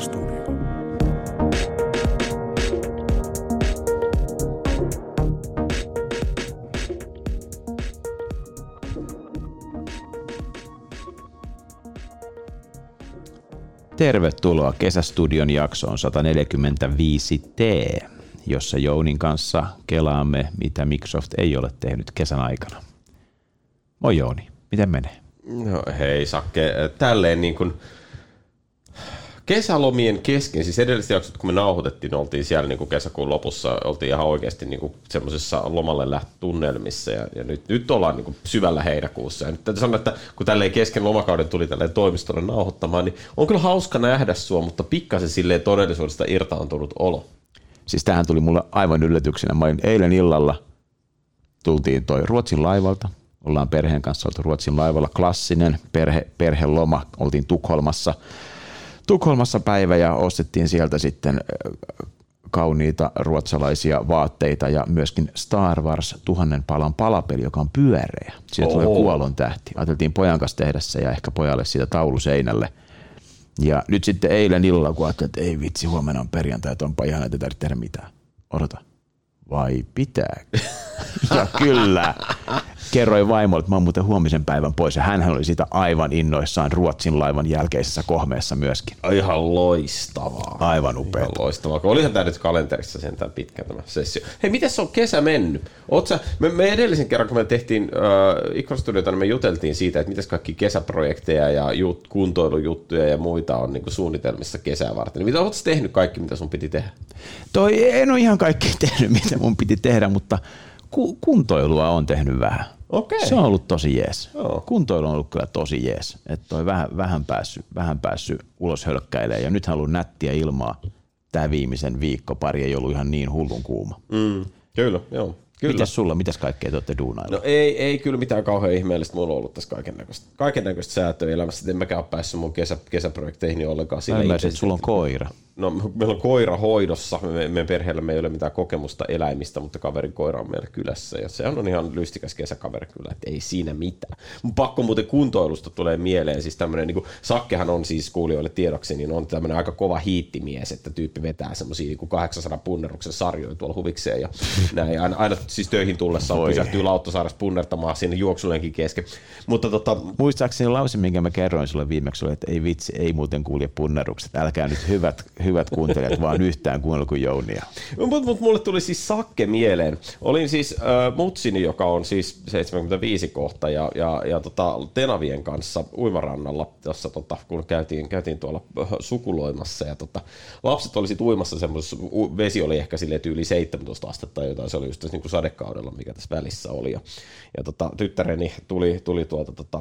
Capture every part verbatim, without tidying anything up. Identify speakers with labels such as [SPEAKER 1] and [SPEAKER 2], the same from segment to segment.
[SPEAKER 1] Kesästudio.
[SPEAKER 2] Tervetuloa Kesästudion jaksoon sata neljäkymmentäviisi T, jossa Jounin kanssa kelaamme, mitä Microsoft ei ole tehnyt kesän aikana. Moi Jouni, miten menee?
[SPEAKER 3] No hei Sakke, tälleen niin kuin kesälomien kesken, siis edelliset jaksot kun me nauhoitettiin, oltiin siellä niin kuin kesäkuun lopussa, oltiin ihan oikeasti niin kuin semmoisessa lomalle lähtötunnelmissa ja, ja nyt, nyt ollaan niin kuin syvällä heinäkuussa. Ja nyt täytyy sanoa, että kun tälleen kesken lomakauden tuli tälleen toimistolle nauhoittamaan, niin on kyllä hauska nähdä sua, mutta pikkasen silleen todellisuudesta irtaantunut olo.
[SPEAKER 2] Siis tämähän tuli mulle aivan yllätyksenä. Mä olin eilen illalla, tultiin toi Ruotsin laivalta, ollaan perheen kanssa oltu Ruotsin laivalla, klassinen perhe, perheloma, oltiin Tukholmassa. Tukholmassa päivä ja ostettiin sieltä sitten kauniita ruotsalaisia vaatteita ja myöskin Star Wars tuhannen palan palapeli, joka on pyöreä. Siitä tulee kuolon tähti. Ajateltiin pojan kanssa tehdä se ja ehkä pojalle siitä taulu seinälle. Ja nyt sitten eilen illalla, kun ajattelin, että ei vitsi, huomenna on perjantai, että onpa ihan, että ei tarvitse tehdä mitään. Odota. Vai pitääkö? Ja kyllä. Kerroin vaimolle, että mä oon muuten huomisen päivän pois, ja hänhän oli sitä aivan innoissaan Ruotsin laivan jälkeisessä kohmeessa myöskin.
[SPEAKER 3] Ihan loistavaa.
[SPEAKER 2] Aivan upeaa.
[SPEAKER 3] Loistavaa. Olihan tämä nyt kalenterissa sentään pitkä tämä sessio. Hei, miten se on kesä mennyt? Sä, me, me edellisen kerran, kun me tehtiin äh, Ikkostudiota, niin me juteltiin siitä, että mitäs kaikki kesäprojekteja ja jut, kuntoilujuttuja ja muita on niin kuin suunnitelmissa kesää varten. Niin mitä ootko tehnyt kaikki, mitä sun piti tehdä?
[SPEAKER 2] Toi en ole ihan kaikki tehnyt, mitä mun piti tehdä, mutta ku, kuntoilua on tehnyt vähän.
[SPEAKER 3] Okei.
[SPEAKER 2] Se on ollut tosi jees.
[SPEAKER 3] Joo.
[SPEAKER 2] Kuntoilu on ollut kyllä tosi jees. Että toi vähän, vähän, päässyt, vähän päässyt ulos hölkkäilemään ja nyt haluan nättiä ilmaa. Tämä viimeisen viikko pari ei ollut ihan niin hullun kuuma.
[SPEAKER 3] Mm, kyllä, joo. Kyllä.
[SPEAKER 2] Mitäs sulla, mitäs kaikkea te olette duunailla?
[SPEAKER 3] No ei, ei kyllä mitään kauhean ihmeellistä. Mulla on ollut tässä kaikennäköistä, kaikennäköistä säätöä elämässä. En mäkään ole päässyt mun kesä, kesäprojekteihin ollenkaan.
[SPEAKER 2] Mä ymmärsin, että sulla on koira.
[SPEAKER 3] No meillä on koira hoidossa. Me, meidän perheellä me ei ole mitään kokemusta eläimistä, mutta kaverin koira on meillä kylässä. Ja se on ihan lystikäs kesäkaveri kyllä, että ei siinä mitään. Mun pakko muuten kuntoilusta tulee mieleen. Siis tämmönen, niin kuin Sakkehan on siis kuulijoille tiedoksi, niin on tämmöinen aika kova hiittimies, että tyyppi vetää semmosia niin kuin kahdeksansadan punneruksen sarjoja tuolla huvikseen. Ja näin, aina, aina siis töihin tullessa pysähtyy Lauttasaaressa punnertamaan sinne juoksulenkin kesken. Mutta tota,
[SPEAKER 2] muistaakseni lause, minkä mä kerroin sulle viimeksi, oli, että ei vitsi, ei muuten kuulje punnerukset. Älkää nyt hyvät, hyvät kuuntelijat vaan yhtään kuunnella kuin Jounia.
[SPEAKER 3] Mutta mut, mulle tuli siis Sakke mieleen. Olin siis äh, mutsini, joka on siis seitsemänkymmentäviisi kohta ja, ja, ja tota, Tenavien kanssa uimarannalla, jossa tota, kun käytiin, käytiin tuolla sukuloimassa ja tota, lapset oli sit uimassa semmoisessa, vesi oli ehkä silleen yli seitsemäntoista astetta tai jotain, se oli just tässä niin sadekaudella, mikä tässä välissä oli. Ja, ja tota, tyttäreni tuli, tuli tuolta tota,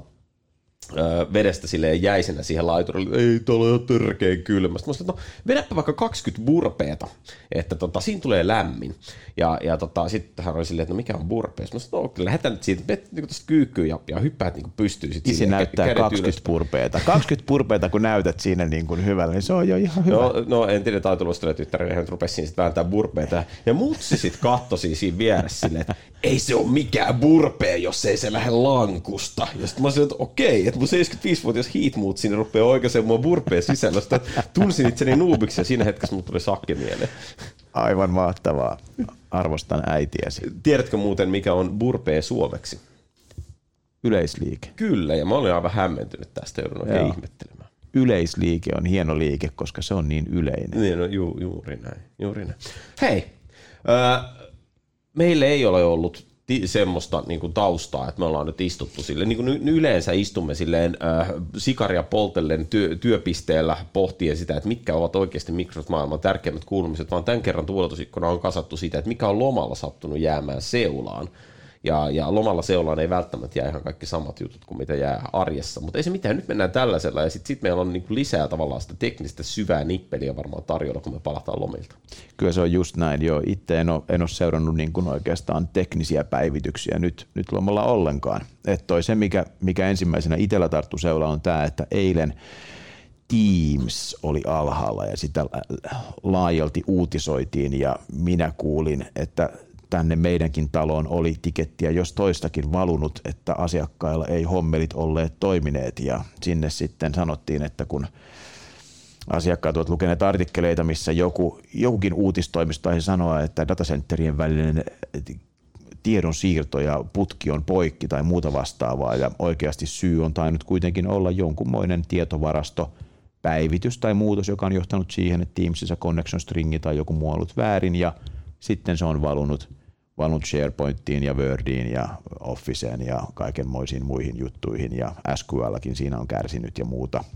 [SPEAKER 3] vedestä silleen jäisenä siihen laiturille, ei tuolla ole törkein kylmä. Sitten mä sanoin, no vedäpä vaikka kaksikymmentä burpeeta, että tota, siinä tulee lämmin. Ja, ja tota, sitten hän oli silleen, että no mikä on burpea? Mä sanoin, no lähdetään nyt siitä, vet niin tuosta kyykkyyn ja, ja hyppäät niin pystyy.
[SPEAKER 2] Isi silleen, näyttää kaksikymmentä burpeeta. kaksikymmentä burpeeta, kun näytät siinä niin kuin hyvällä, niin se on jo ihan hyvä.
[SPEAKER 3] No, no en tiedä, taitoluistelijan tyttäreni, hän rupesi siinä sitten vääntää burpeeta. Ja mutsi sitten kattoi siinä vieressä silleen, että ei se ole mikään burpea, jos ei se lähde lankusta. Ja sitten mä sanoin, että okei, että mun seitsemänkymmentäviisivuotias heatmood sinne rupeaa oikeastaan mua burpeen sisällöstä. Tunsin itseni noobiksi ja siinä hetkessä mulle tuli Sakke mieleen.
[SPEAKER 2] Aivan mahtavaa. Arvostan äitiäsi.
[SPEAKER 3] Tiedätkö muuten, mikä on burpee suomeksi?
[SPEAKER 2] Yleisliike.
[SPEAKER 3] Kyllä, ja mä olin aivan hämmentynyt tästä, joudun oikein ihmettelemään.
[SPEAKER 2] Yleisliike on hieno liike, koska se on niin yleinen.
[SPEAKER 3] Niin, no ju, juuri näin, juuri näin. Hei, äh, meille ei ole ollut ti- semmoista niin kuin taustaa, että me ollaan nyt istuttu silleen, niin kuin yleensä istumme silleen äh, sikaria poltellen työ, työpisteellä pohtien sitä, että mitkä ovat oikeasti Microsoft-maailman tärkeimmät kuulumiset, vaan tämän kerran tuuletusikkuna on kasattu sitä, että mikä on lomalla sattunut jäämään seulaan. Ja, ja lomalla seulaan ei välttämättä jää ihan kaikki samat jutut kuin mitä jää arjessa, mutta ei se mitään, nyt mennään tällaisella ja sitten sit meillä on niinku lisää tavallaan sitä teknistä syvää nippeliä varmaan tarjolla, kun me palataan lomilta.
[SPEAKER 2] Kyllä se on just näin, joo. Itse en ole, en ole seurannut niin kuin oikeastaan teknisiä päivityksiä nyt, nyt lomalla ollenkaan. Että toi se, mikä, mikä ensimmäisenä itsellä tarttu seula on tämä, että eilen Teams oli alhaalla ja sitä laajalti uutisoitiin ja minä kuulin, että tänne meidänkin taloon oli tikettiä jos toistakin valunut, että asiakkailla ei hommelit olleet toimineet ja sinne sitten sanottiin, että kun asiakkaat ovat lukeneet artikkeleita, missä joku, jokukin uutistoimisto taisi sanoa, että datacenterien välinen tiedon siirto ja putki on poikki tai muuta vastaavaa, ja oikeasti syy on tainnut kuitenkin olla jonkunmoinen tietovarasto, päivitys tai muutos, joka on johtanut siihen, että Teamsissa connection stringi tai joku muu on ollut väärin, ja sitten se on valunut, valunut SharePointiin ja Wordiin ja Officeen ja kaikenmoisiin muihin juttuihin, ja S Q L:kin siinä on kärsinyt ja muuta.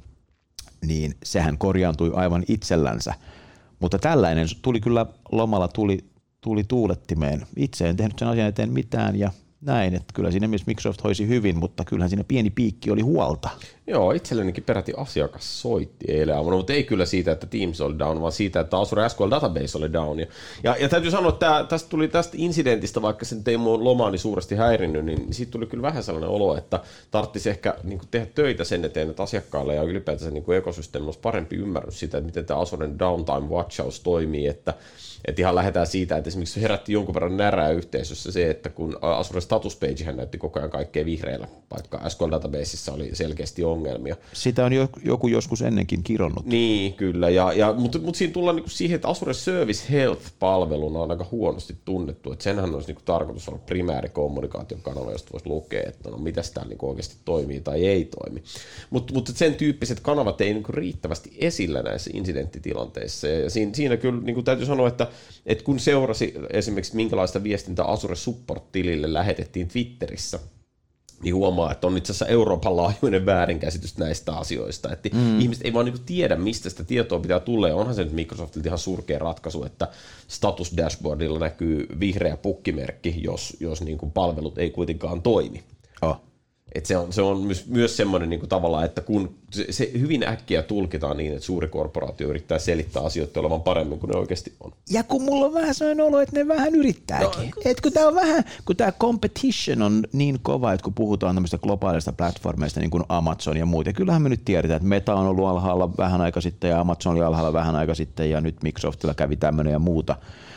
[SPEAKER 2] Niin sehän korjaantui aivan itsellänsä. Mutta tällainen tuli kyllä lomalla tuli, tuli tuulettimeen. Itse en tehnyt sen asian eteen mitään ja näin, että kyllä siinä myös Microsoft hoisi hyvin, mutta kyllähän siinä pieni piikki oli huolta.
[SPEAKER 3] Joo, itsellenikin peräti asiakas soitti eilen aamuna, mutta ei kyllä siitä, että Teams oli down, vaan siitä, että Azure S Q L Database oli down. Ja, ja, ja täytyy sanoa, että tästä tuli tästä incidentistä, vaikka sen ei mun lomaani suuresti häirinnyt, niin siitä tuli kyllä vähän sellainen olo, että tarvitsisi ehkä niin kuin tehdä töitä sen eteen, että asiakkaalla ja ylipäätään niin kuin ekosysteemillä olisi parempi ymmärrys siitä, että miten tämä Azuren downtime watchaus toimii, että Että ihan lähdetään siitä, että esimerkiksi herätti jonkun verran närää yhteisössä se, että kun Azure Status Page näytti koko ajan kaikkea vihreällä, vaikka S Q L Databaseissa oli selkeästi ongelmia.
[SPEAKER 2] Sitä on joku joskus ennenkin kironnut.
[SPEAKER 3] Niin, kyllä. Ja, ja, mutta, mutta siinä tullaan niinku siihen, että Azure Service Health-palveluna on aika huonosti tunnettu. Että senhän olisi niinku tarkoitus olla primäärikommunikaation kanava, josta voisi lukea, että no mitäs tämä niinku oikeasti toimii tai ei toimi. Mutta mutta sen tyyppiset kanavat ei niinku riittävästi esillä näissä incidenttitilanteissa. Ja siinä, siinä kyllä niinku täytyy sanoa, että että kun seurasi esimerkiksi minkälaista viestintää Azure Support-tilille lähetettiin Twitterissä, niin huomaa, että on itse asiassa Euroopan laajuinen väärinkäsitys näistä asioista. Että mm. ihmiset ei vaan niinku tiedä, mistä sitä tietoa pitää tulla. Ja onhan se nyt Microsoftilta ihan surkea ratkaisu, että status dashboardilla näkyy vihreä pukkimerkki, jos, jos niinku palvelut ei kuitenkaan toimi.
[SPEAKER 2] Oh.
[SPEAKER 3] Et se on, se on myös, myös semmoinen niinku tavallaan, että kun se, se hyvin äkkiä tulkitaan niin, että suuri korporaatio yrittää selittää asioita olevan paremmin kuin ne oikeasti on.
[SPEAKER 2] Ja kun mulla on vähän sellainen olo, että ne vähän yrittääkin. No, et kun tämä on vähän, kun tämä competition on niin kova, että kun puhutaan tämmöistä globaalista platformeista niin kuin Amazon ja muut, ja kyllähän me nyt tiedetään, että Meta on ollut alhaalla vähän aika sitten ja Amazon oli alhaalla vähän aika sitten ja nyt Microsoftilla kävi tämmöinen ja muuta.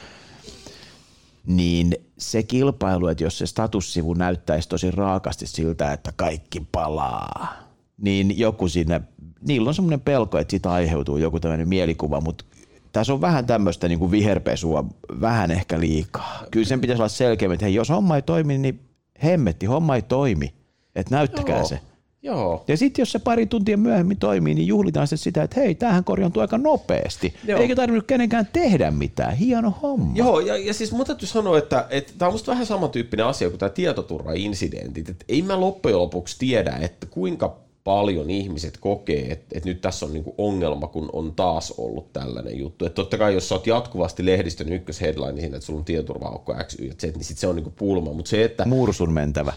[SPEAKER 2] Niin se kilpailu, että jos se statussivu näyttäisi tosi raakasti siltä, että kaikki palaa, niin joku siinä, niillä on semmoinen pelko, että siitä aiheutuu joku tämmöinen mielikuva, mutta tässä on vähän tämmöistä niin kuin viherpesua, vähän ehkä liikaa. Kyllä sen pitäisi olla selkeämmin, että hei, jos homma ei toimi, niin hemmetti, homma ei toimi, että näyttäkää
[SPEAKER 3] Joo.
[SPEAKER 2] se.
[SPEAKER 3] Joo.
[SPEAKER 2] Ja sitten jos se pari tuntia myöhemmin toimii, niin juhlitaan se sitä, että hei, tämähän korjaantui aika nopeasti. Joo. Eikä tarvinnut kenenkään tehdä mitään. Hieno homma.
[SPEAKER 3] Joo, ja, ja siis mun täytyy sanoa, että, että tämä on musta vähän samantyyppinen asia kuin tämä tietoturva-incidentit. Että ei mä loppujen lopuksi tiedä, että kuinka paljon ihmiset kokee, että, että nyt tässä on niinku ongelma, kun on taas ollut tällainen juttu. Että totta kai, jos sä oot jatkuvasti lehdistön ykkösheadline siinä, että sulla on tietoturva-aukko X, Y ja Z, niin sit se on niinku pulma. Mut se, että
[SPEAKER 2] Mursun mentävä.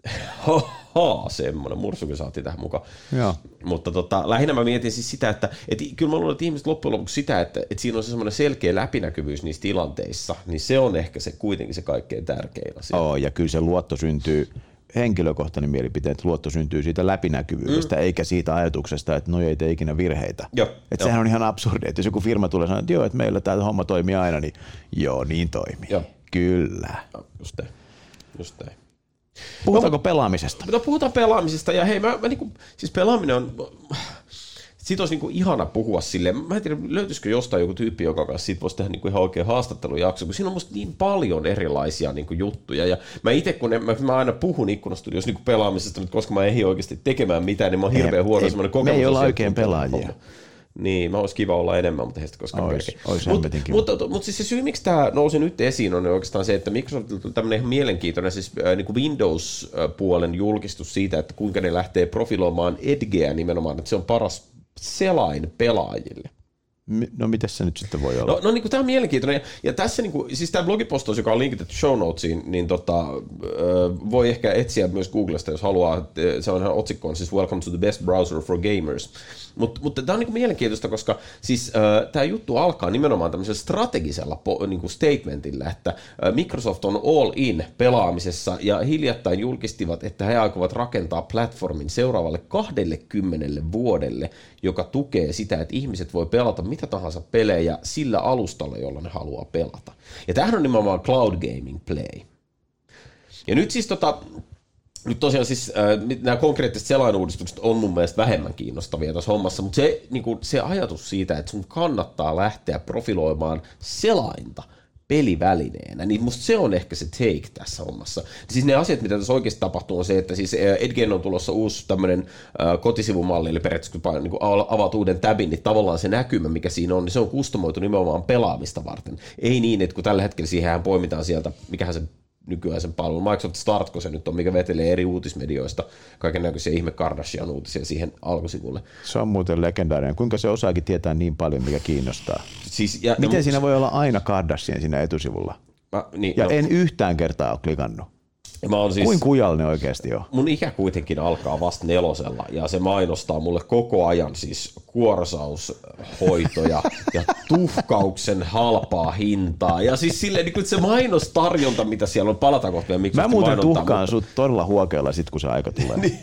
[SPEAKER 3] Haa, semmoinen. Mursukin saatiin tähän mukaan.
[SPEAKER 2] Joo.
[SPEAKER 3] Mutta tota, lähinnä mä mietin siis sitä, että et, kyllä mä luulen, että ihmiset loppujen lopuksi sitä, että et siinä on se semmoinen selkeä läpinäkyvyys niissä tilanteissa, niin se on ehkä se kuitenkin se kaikkein tärkein asia.
[SPEAKER 2] Oo, ja kyllä se luotto syntyy, henkilökohtainen mielipiteet, että luotto syntyy siitä läpinäkyvyydestä, mm. eikä siitä ajatuksesta, että no ei tee ikinä virheitä.
[SPEAKER 3] Joo,
[SPEAKER 2] että sehän on ihan absurdi, että jos joku firma tulee sanoa, että joo, että meillä tämä homma toimii aina, niin joo, niin toimii. Joo. Kyllä.
[SPEAKER 3] No, just näin. Just näin.
[SPEAKER 2] Puhutaanko no, pelaamisesta?
[SPEAKER 3] No, puhutaan pelaamisesta, ja hei, mä, mä niinku, siis pelaaminen on, siitä olisi niinku ihana puhua silleen, mä en tiedä, löytyisikö jostain joku tyyppi, joka kanssa siitä voisi tehdä niinku ihan oikein haastattelujakso, kun siinä on musta niin paljon erilaisia niinku juttuja, ja mä itse, kun en, mä, mä aina puhun Ikkunastudiossa niinku pelaamisesta, mutta koska mä en oikeasti tekemään mitään, niin mä oon hirveän huono semmoinen kokemus.
[SPEAKER 2] Me ei olla oikein pelaajia.
[SPEAKER 3] Niin, mä olisi kiva olla enemmän, mutta heistä koskaan
[SPEAKER 2] kerkeä.
[SPEAKER 3] Mutta mut, mut siis se syy, miksi tämä nousi nyt esiin, on oikeastaan se, että Microsoftilla on tämmöinen ihan mielenkiintoinen siis, äh, niin kuin Windows-puolen julkistus siitä, että kuinka ne lähtee profiloimaan Edgeä nimenomaan, että se on paras selain pelaajille.
[SPEAKER 2] No miten se nyt sitten voi olla?
[SPEAKER 3] No, no niin kuin tämä on mielenkiintoinen. Ja, ja tässä niin kuin, siis tämä blogipostaus, joka on linkitetty show notesiin, niin tota, voi ehkä etsiä myös Googlesta, jos haluaa. Se on ihan otsikko on siis Welcome to the best browser for gamers. Mut, mutta tämä on niin mielenkiintoista, koska siis, äh, tämä juttu alkaa nimenomaan tämmöisellä strategisella po, niin kuin statementilla, että äh, Microsoft on all in pelaamisessa ja hiljattain julkistivat, että he aikovat rakentaa platformin seuraavalle kaksikymmentä vuodelle, joka tukee sitä, että ihmiset voi pelata mitä tahansa pelejä sillä alustalla, jolla ne haluaa pelata. Ja tämähän on nimenomaan cloud gaming play. Ja nyt siis tota, Nyt tosiaan siis äh, nämä konkreettiset selainuudistukset on mun mielestä vähemmän kiinnostavia tässä hommassa, mutta se, niin kuin, se ajatus siitä, että sun kannattaa lähteä profiloimaan selainta pelivälineenä, niin musta se on ehkä se take tässä hommassa. Siis ne asiat, mitä tässä oikeasti tapahtuu, on se, että siis Edgen on tulossa uusi tämmöinen äh, kotisivumalli, eli periaatteessa kun niin avaat uuden tabin, niin tavallaan se näkymä, mikä siinä on, niin se on kustomoitu nimenomaan pelaamista varten. Ei niin, että kun tällä hetkellä siihen poimitaan sieltä, mikähän se nykyään sen palvelu, Microsoft Start, kun se nyt on, mikä vetelee eri uutismedioista, kaiken näköisiä ihme Kardashian-uutisia siihen alkusivulle.
[SPEAKER 2] Se on muuten legendaarinen. Kuinka se osaakin tietää niin paljon, mikä kiinnostaa?
[SPEAKER 3] Siis, ja,
[SPEAKER 2] Miten
[SPEAKER 3] no,
[SPEAKER 2] siinä voi olla aina Kardashian siinä etusivulla?
[SPEAKER 3] Mä, niin,
[SPEAKER 2] ja
[SPEAKER 3] no,
[SPEAKER 2] en yhtään kertaa ole klikannut.
[SPEAKER 3] Mä oon siis,
[SPEAKER 2] kuin kujalla ne oikeasti on?
[SPEAKER 3] Mun ikä kuitenkin alkaa vasta nelosella ja se mainostaa mulle koko ajan siis kuorsaushoitoja ja tuhkauksen halpaa hintaa. Ja siis silleen niin se mainostarjonta, mitä siellä on, palataan kohta.
[SPEAKER 2] Mä muuten tuhkaan mutta... sut todella huokealla sit, kun se aika tulee. Niin.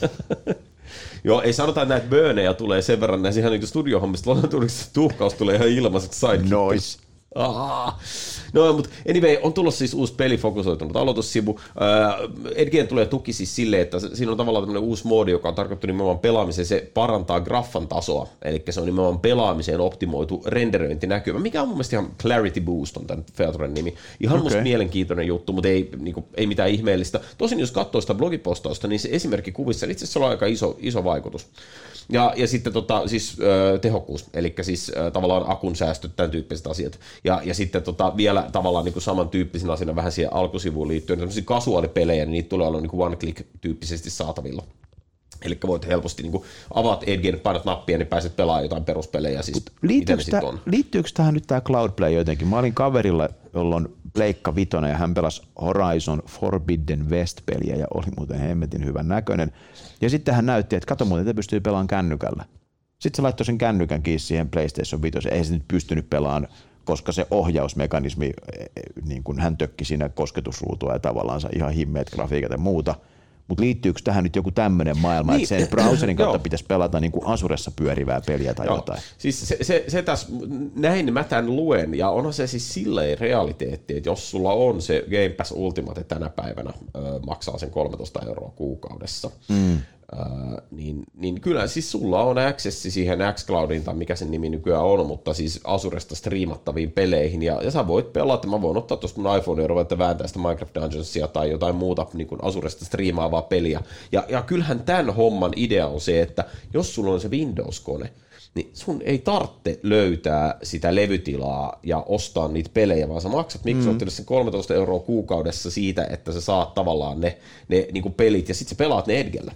[SPEAKER 3] Joo, ei sanota, että näitä burnejä tulee sen verran näissä ihan niin studiohommista. Lonnatuudessa tuhkaus tulee ihan ilmaiseksi sidekick.
[SPEAKER 2] Nois.
[SPEAKER 3] Ah. No, mutta anyway, on tullut siis uusi pelifokusoitunut aloitussivu. Uh, Edgen tulee tuki siis silleen, että siinä on tavallaan tämmöinen uusi moodi, joka on tarkoittu nimenomaan pelaamiseen. Se parantaa graffan tasoa, eli se on nimenomaan pelaamiseen optimoitu renderöintinäkymä, mikä on mun mielestä ihan Clarity Boost on tämän featuren nimi. Ihan okay. Musta mielenkiintoinen juttu, mutta ei, niin kuin, ei mitään ihmeellistä. Tosin jos katsoo sitä blogipostausta, niin se esimerkki kuvissa, itse asiassa on aika iso, iso vaikutus. Ja, ja sitten tota, siis, ö, tehokkuus, eli siis ö, tavallaan akun säästöt, tämän tyyppiset asiat. Ja, ja sitten tota, vielä tavallaan niin kuin samantyyppisenä asiana vähän siihen alkusivuun liittyen, tämmöisiä kasuaalipelejä, niin niitä tulee olla niin kuin one-click-tyyppisesti saatavilla. Eli voit helposti niin kuin avaat Edgen, painat nappia, niin pääset pelaamaan jotain peruspelejä. Siis,
[SPEAKER 2] liittyykö, täh, liittyykö tähän nyt tämä Cloudplay jotenkin? Mä olin kaverilla, jolla on Pleikka Vitonen, ja hän pelasi Horizon Forbidden West-peliä, ja oli muuten hemmetin hyvän näköinen. Ja sitten hän näytti, että kato muuten, että pystyy pelaamaan kännykällä. Sitten se laittoi sen kännykän kiinni siihen PlayStation viisi, ei se nyt pystynyt pelaamaan, koska se ohjausmekanismi, niin kuin hän tökki siinä kosketusruutua ja tavallaan ihan himmeet grafiikat ja muuta. Mutta liittyykö tähän nyt joku tämmöinen maailma, niin, että sen browserin kautta pitäisi pelata niin kuin Asuressa pyörivää peliä tai joo. jotain?
[SPEAKER 3] Siis se, se, se tässä, näin mä tämän luen, ja onhan se siis silleen realiteetti, että jos sulla on se Game Pass Ultimate tänä päivänä, ö, maksaa sen kolmetoista euroa kuukaudessa, mm. ö, niin, niin kyllä siis sulla on accessi siihen xCloudiin, tai mikä sen nimi nykyään on, mutta siis Asuresta striimattaviin peleihin, ja, ja sä voit pelata, mä voin ottaa tuosta mun iPhonea ja ruveta vääntää sitä Minecraft Dungeonsia tai jotain muuta niin kuin Asuresta striimaavaa peliä. Ja, ja kyllähän tämän homman idea on se, että jos sulla on se Windows-kone, niin sun ei tarvitse löytää sitä levytilaa ja ostaa niitä pelejä, vaan sä maksat Microsoftille sen kolmetoista euroa kuukaudessa siitä, että sä saat tavallaan ne, ne niin kuin pelit, ja sit sä pelaat ne Edgellä.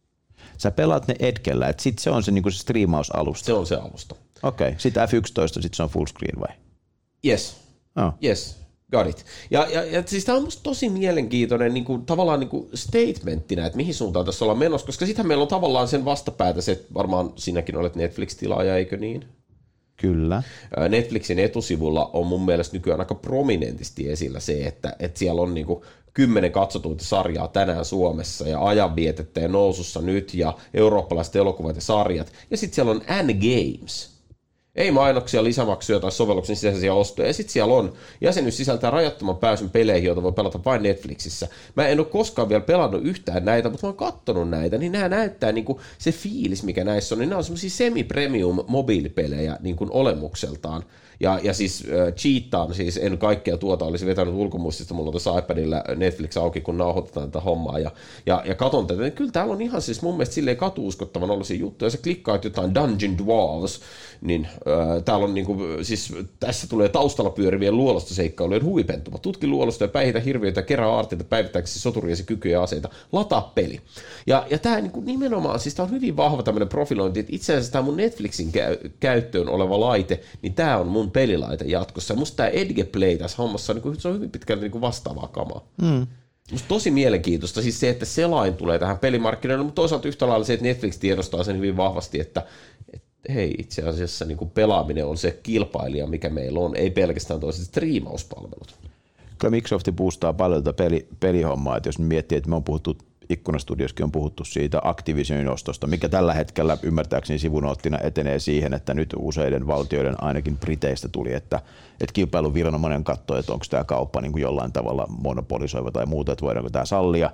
[SPEAKER 2] Sä pelaat ne Edgellä, että sit se on se, niin kuin se striimausalusta.
[SPEAKER 3] Se on se alusta.
[SPEAKER 2] Okei, okay. Sitten F yksitoista, sit se on full screen vai?
[SPEAKER 3] Yes. Oh. Yes. Got it. Ja, ja, ja siis tämä on musta tosi mielenkiintoinen niin kuin, tavallaan niin kuin statementtina, että mihin suuntaan tässä ollaan menossa, koska sittenhän meillä on tavallaan sen vastapäätä se, että varmaan sinäkin olet Netflix-tilaaja, eikö niin?
[SPEAKER 2] Kyllä.
[SPEAKER 3] Netflixin etusivulla on mun mielestä nykyään aika prominentisti esillä se, että, että siellä on niin kuin kymmenen katsotuinta sarjaa tänään Suomessa ja ajanvietettä ja nousussa nyt ja eurooppalaiset elokuvat ja sarjat. Ja sitten siellä on N-Games. Ei mainoksia, lisämaksuja tai sovelluksen sisäisiä ostoja. Ja sitten siellä on, jäsenyys sisältää rajattoman pääsyn peleihin, joita voi pelata vain Netflixissä. Mä en ole koskaan vielä pelannut yhtään näitä, mutta mä oon kattonut näitä, niin nämä näyttää niin kuin se fiilis, mikä näissä on, niin nämä on semmoisia semi-premium mobiilipelejä niin kuin olemukseltaan. Ja, ja siis äh, cheataan, siis en kaikkea tuota olisi vetänyt ulkomuistista, mulla on tässä iPadilla Netflix auki, kun nauhoitetaan tätä hommaa, ja, ja, ja katon tätä, niin kyllä täällä on ihan siis mun mielestä silleen katuuskottavan ollisia juttuja, ja sä klikkaat jotain Dungeon Dwarves, niin äh, täällä on niinku, siis tässä tulee taustalla pyörivien luolastoseikkailujen huipentuma, tutki luolastoja, päihitä hirviöitä, kerää aarteita, päivittääksesi soturiesi kykyjä ja aseita, lataa peli. Ja, ja tää niinku nimenomaan, siis tää on hyvin vahva tämmönen profilointi, että itse asiassa tää mun Netflixin kä- käyttöön oleva laite, niin tää on mun pelilaite jatkossa. Ja musta tämä Edge Play tässä hommassa niin se on hyvin pitkälti niin vastaavaa kamaa. Mm. Musta tosi mielenkiintoista siis se, että selain tulee tähän pelimarkkinoille, mutta toisaalta yhtä lailla se, että Netflix tiedostaa sen hyvin vahvasti, että, että hei, itse asiassa niin pelaaminen on se kilpailija, mikä meillä on, ei pelkästään toiset striimauspalvelut.
[SPEAKER 2] Kyllä Microsoft boostaa paljon tätä peli, pelihommaa, että jos miettii, että me on puhuttu Ikkunastudioskin on puhuttu siitä Activisionin ostosta, mikä tällä hetkellä ymmärtääkseni sivunoottina etenee siihen, että nyt useiden valtioiden, ainakin Briteistä tuli, että, että kilpailuviranomainen katsoo, että onko tämä kauppa niin kuin jollain tavalla monopolisoiva tai muuta, että voidaanko tämä sallia.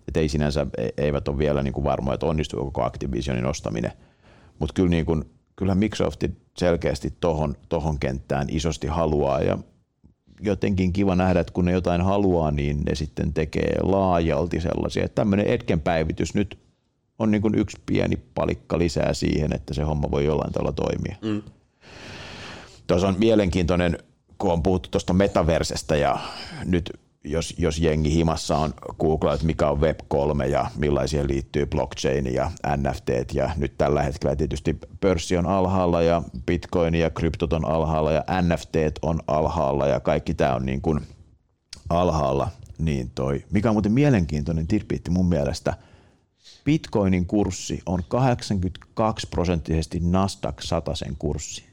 [SPEAKER 2] että ei sinänsä, eivät ole vielä niin kuin varmoja, että onnistuu koko Activisionin ostaminen. Mutta kyllä niin kuin, kyllähän Microsoft selkeästi tohon, tohon kenttään isosti haluaa ja jotenkin kiva nähdä, että kun ne jotain haluaa, niin ne sitten tekee laajalti sellaisia. Että tämmöinen hetken päivitys nyt on niin kuin yksi pieni palikka lisää siihen, että se homma voi jollain tavalla toimia. Mm. Tuossa on mielenkiintoinen, kun on puhuttu tuosta metaversestä ja nyt jos, jos jengi himassa on googlaa, että mikä on web kolme ja millaisia liittyy blockchain ja N F T ja nyt tällä hetkellä tietysti pörssi on alhaalla ja bitcoin ja kryptot on alhaalla ja N F T on alhaalla ja kaikki tämä on niin kuin alhaalla, niin toi, mikä on muuten mielenkiintoinen tidbitti mun mielestä, bitcoinin kurssi on kahdeksankymmentäkaksi prosenttisesti Nasdaq satasen kurssi.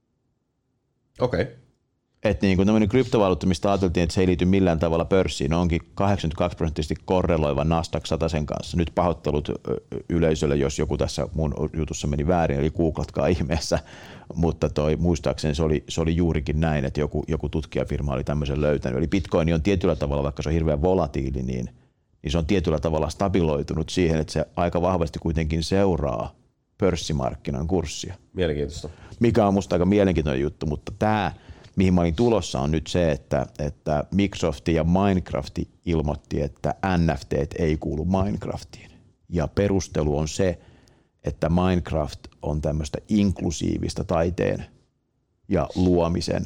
[SPEAKER 3] Okei. Okay.
[SPEAKER 2] Että niin kuin tämmöinen kryptovaluutta, mistä ajateltiin, että se ei liity millään tavalla pörssiin, onkin kahdeksankymmentäkaksi prosenttisesti korreloiva Nasdaq satasen kanssa. Nyt pahoittelut yleisölle, jos joku tässä mun jutussa meni väärin, eli googlatkaa ihmeessä, mutta toi, muistaakseni se oli, se oli juurikin näin, että joku, joku tutkijafirma oli tämmöisen löytänyt. Eli bitcoin on tietyllä tavalla, vaikka se on hirveän volatiili, niin, niin se on tietyllä tavalla stabiloitunut siihen, että se aika vahvasti kuitenkin seuraa pörssimarkkinan kurssia.
[SPEAKER 3] Mielenkiintoista.
[SPEAKER 2] Mikä on musta aika mielenkiintoinen juttu, mutta tämä mihin mä olin tulossa, on nyt se, että, että Microsoft ja Minecraft ilmoitti, että N F T ei kuulu Minecraftiin. Ja perustelu on se, että Minecraft on tämmöistä inklusiivista taiteen ja luomisen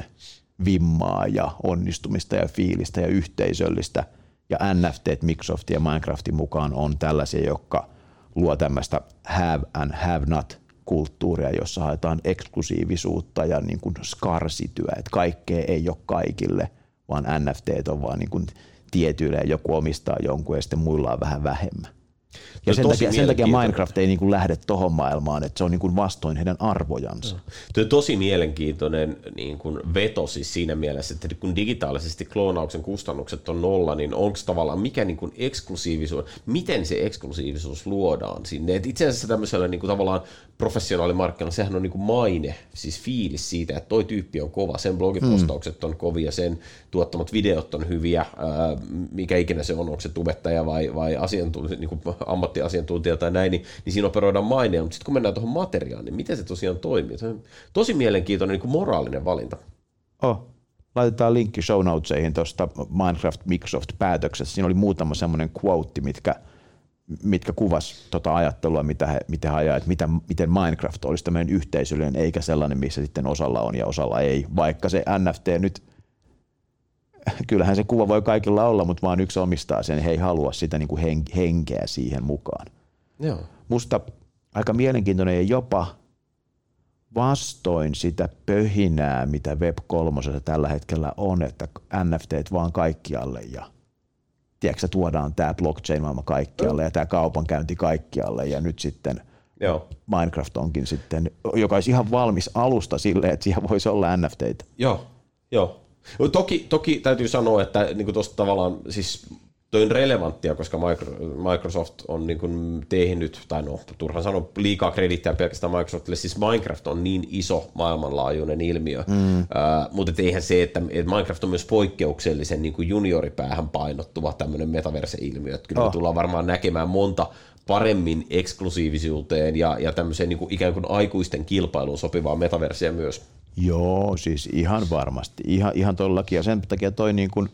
[SPEAKER 2] vimmaa ja onnistumista ja fiilistä ja yhteisöllistä. Ja N F T Microsoftin ja Minecraftin mukaan on tällaisia, jotka luo tämmöistä have and have not kulttuuria, jossa haetaan eksklusiivisuutta ja niin kuin skarsityä, että kaikkea ei ole kaikille, vaan N F T on vaan niin kuin tietyille ja joku omistaa jonkun ja sitten muilla on vähän vähemmän. Ja sen takia, sen takia Minecraft ei niin kuin lähde tohon maailmaan, että se on niin kuin vastoin heidän arvojansa. No.
[SPEAKER 3] Tuo on tosi mielenkiintoinen niin kuin veto siis siinä mielessä, että kun digitaalisesti kloonauksen kustannukset on nolla, niin onko tavallaan mikä niin kuin eksklusiivisuus, miten se eksklusiivisuus luodaan sinne. Et itse asiassa tämmöisellä niin kuin tavallaan professionaalimarkkinoilla sehän on niin kuin maine, siis fiilis siitä, että toi tyyppi on kova, sen blogipostaukset on kovia, sen tuottamat videot on hyviä, ää, mikä ikinä se on, onko se tubettaja vai, vai asiantuntija, niin kuin ammattiasiantuntija tai näin, niin, niin siinä operoidaan maineja, mutta sitten kun mennään tuohon materiaaliin, niin miten se tosiaan toimii? Se on tosi mielenkiintoinen niin kuin moraalinen valinta.
[SPEAKER 2] Oh. Laitetaan linkki show notesihin tuosta Minecraft Microsoft päätöksestä. Siinä oli muutama semmoinen quote, mitkä, mitkä kuvasi tota ajattelua, mitä he, mitä he ajaa, että mitä, miten Minecraft olisi tämmöinen yhteisöllinen, eikä sellainen, missä sitten osalla on ja osalla ei. Vaikka se N F T nyt, kyllähän se kuva voi kaikilla olla, mutta vaan yksi omistaa sen, he ei halua sitä niin kuin henkeä siihen mukaan.
[SPEAKER 3] Joo.
[SPEAKER 2] Musta aika mielenkiintoinen ja jopa vastoin sitä pöhinää, mitä web kolme tällä hetkellä on, että N F T vaan kaikkialle ja tiedätkö, tuodaan tämä blockchain-maailma kaikkialle ja tämä kaupankäynti kaikkialle ja nyt sitten
[SPEAKER 3] Joo.
[SPEAKER 2] Minecraft onkin sitten, joka olisi ihan valmis alusta silleen, että siihen voisi olla N F T:itä.
[SPEAKER 3] Joo, joo. Toki, toki täytyy sanoa, että niin tuosta tavallaan siis toi on relevanttia, koska Microsoft on niin kuin tehnyt, tai no turhaan sanoa liikaa krediittiä pelkästään Microsoftille, siis Minecraft on niin iso maailmanlaajuinen ilmiö, mm. uh, mutta eihän se, että, että Minecraft on myös poikkeuksellisen niin kuin junioripäähän painottuva tämmöinen metaverse-ilmiö, että kyllä oh. me tullaan varmaan näkemään monta paremmin eksklusiivisuuteen ja, ja tämmöiseen niin kuin ikään kuin aikuisten kilpailuun sopivaa metaverseä myös.
[SPEAKER 2] Joo, siis ihan varmasti, ihan, ihan todellakin, ja sen takia toi niin kuin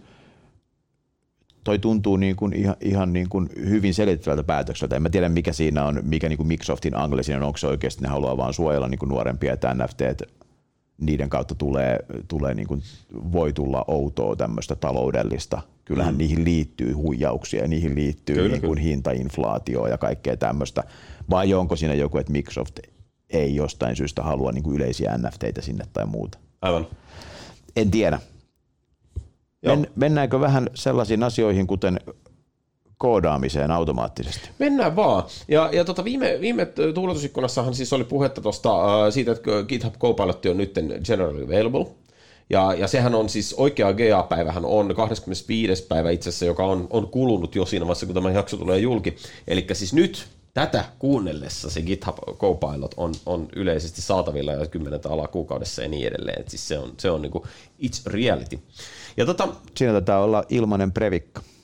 [SPEAKER 2] toi tuntuu niin kuin ihan, ihan niin kuin hyvin selittävältä päätökseltä. En mä tiedä, mikä siinä on, mikä niin kuin Microsoftin angle siinä on, onko se oikeasti ne haluaa vaan suojella niin kuin nuorempia, että N F T niiden kautta tulee, tulee niin kuin, voi tulla outoa tämmöistä taloudellista. Kyllähän mm. niihin liittyy huijauksia ja niihin liittyy kyllä, niin kuin hintainflaatioa ja kaikkea tämmöistä. Vai onko siinä joku, että Microsoft ei jostain syystä halua niin kuin yleisiä N F T:itä sinne tai muuta?
[SPEAKER 3] Aivan.
[SPEAKER 2] En tiedä. Men, mennäänkö vähän sellaisiin asioihin, kuten koodaamiseen automaattisesti?
[SPEAKER 3] Mennään vaan. Ja, ja tota viime, viime tuuletusikkunassahan siis oli puhetta tosta, uh, siitä, että GitHub Copilot on nyt generally available. Ja, ja sehän on siis oikea G A-päivähän on kahdeskymmenesviides päivä itse asiassa, joka on, on kulunut jo siinä vaiheessa, kun tämä jakso tulee julki. Eli siis nyt tätä kuunnellessa se GitHub Copilot on, on yleisesti saatavilla jo kymmeneltä alaa kuukaudessa ja niin edelleen. Et siis se on, se on niinku it's reality. Ja tota,
[SPEAKER 2] siinä taitaa olla ilmainen previkka.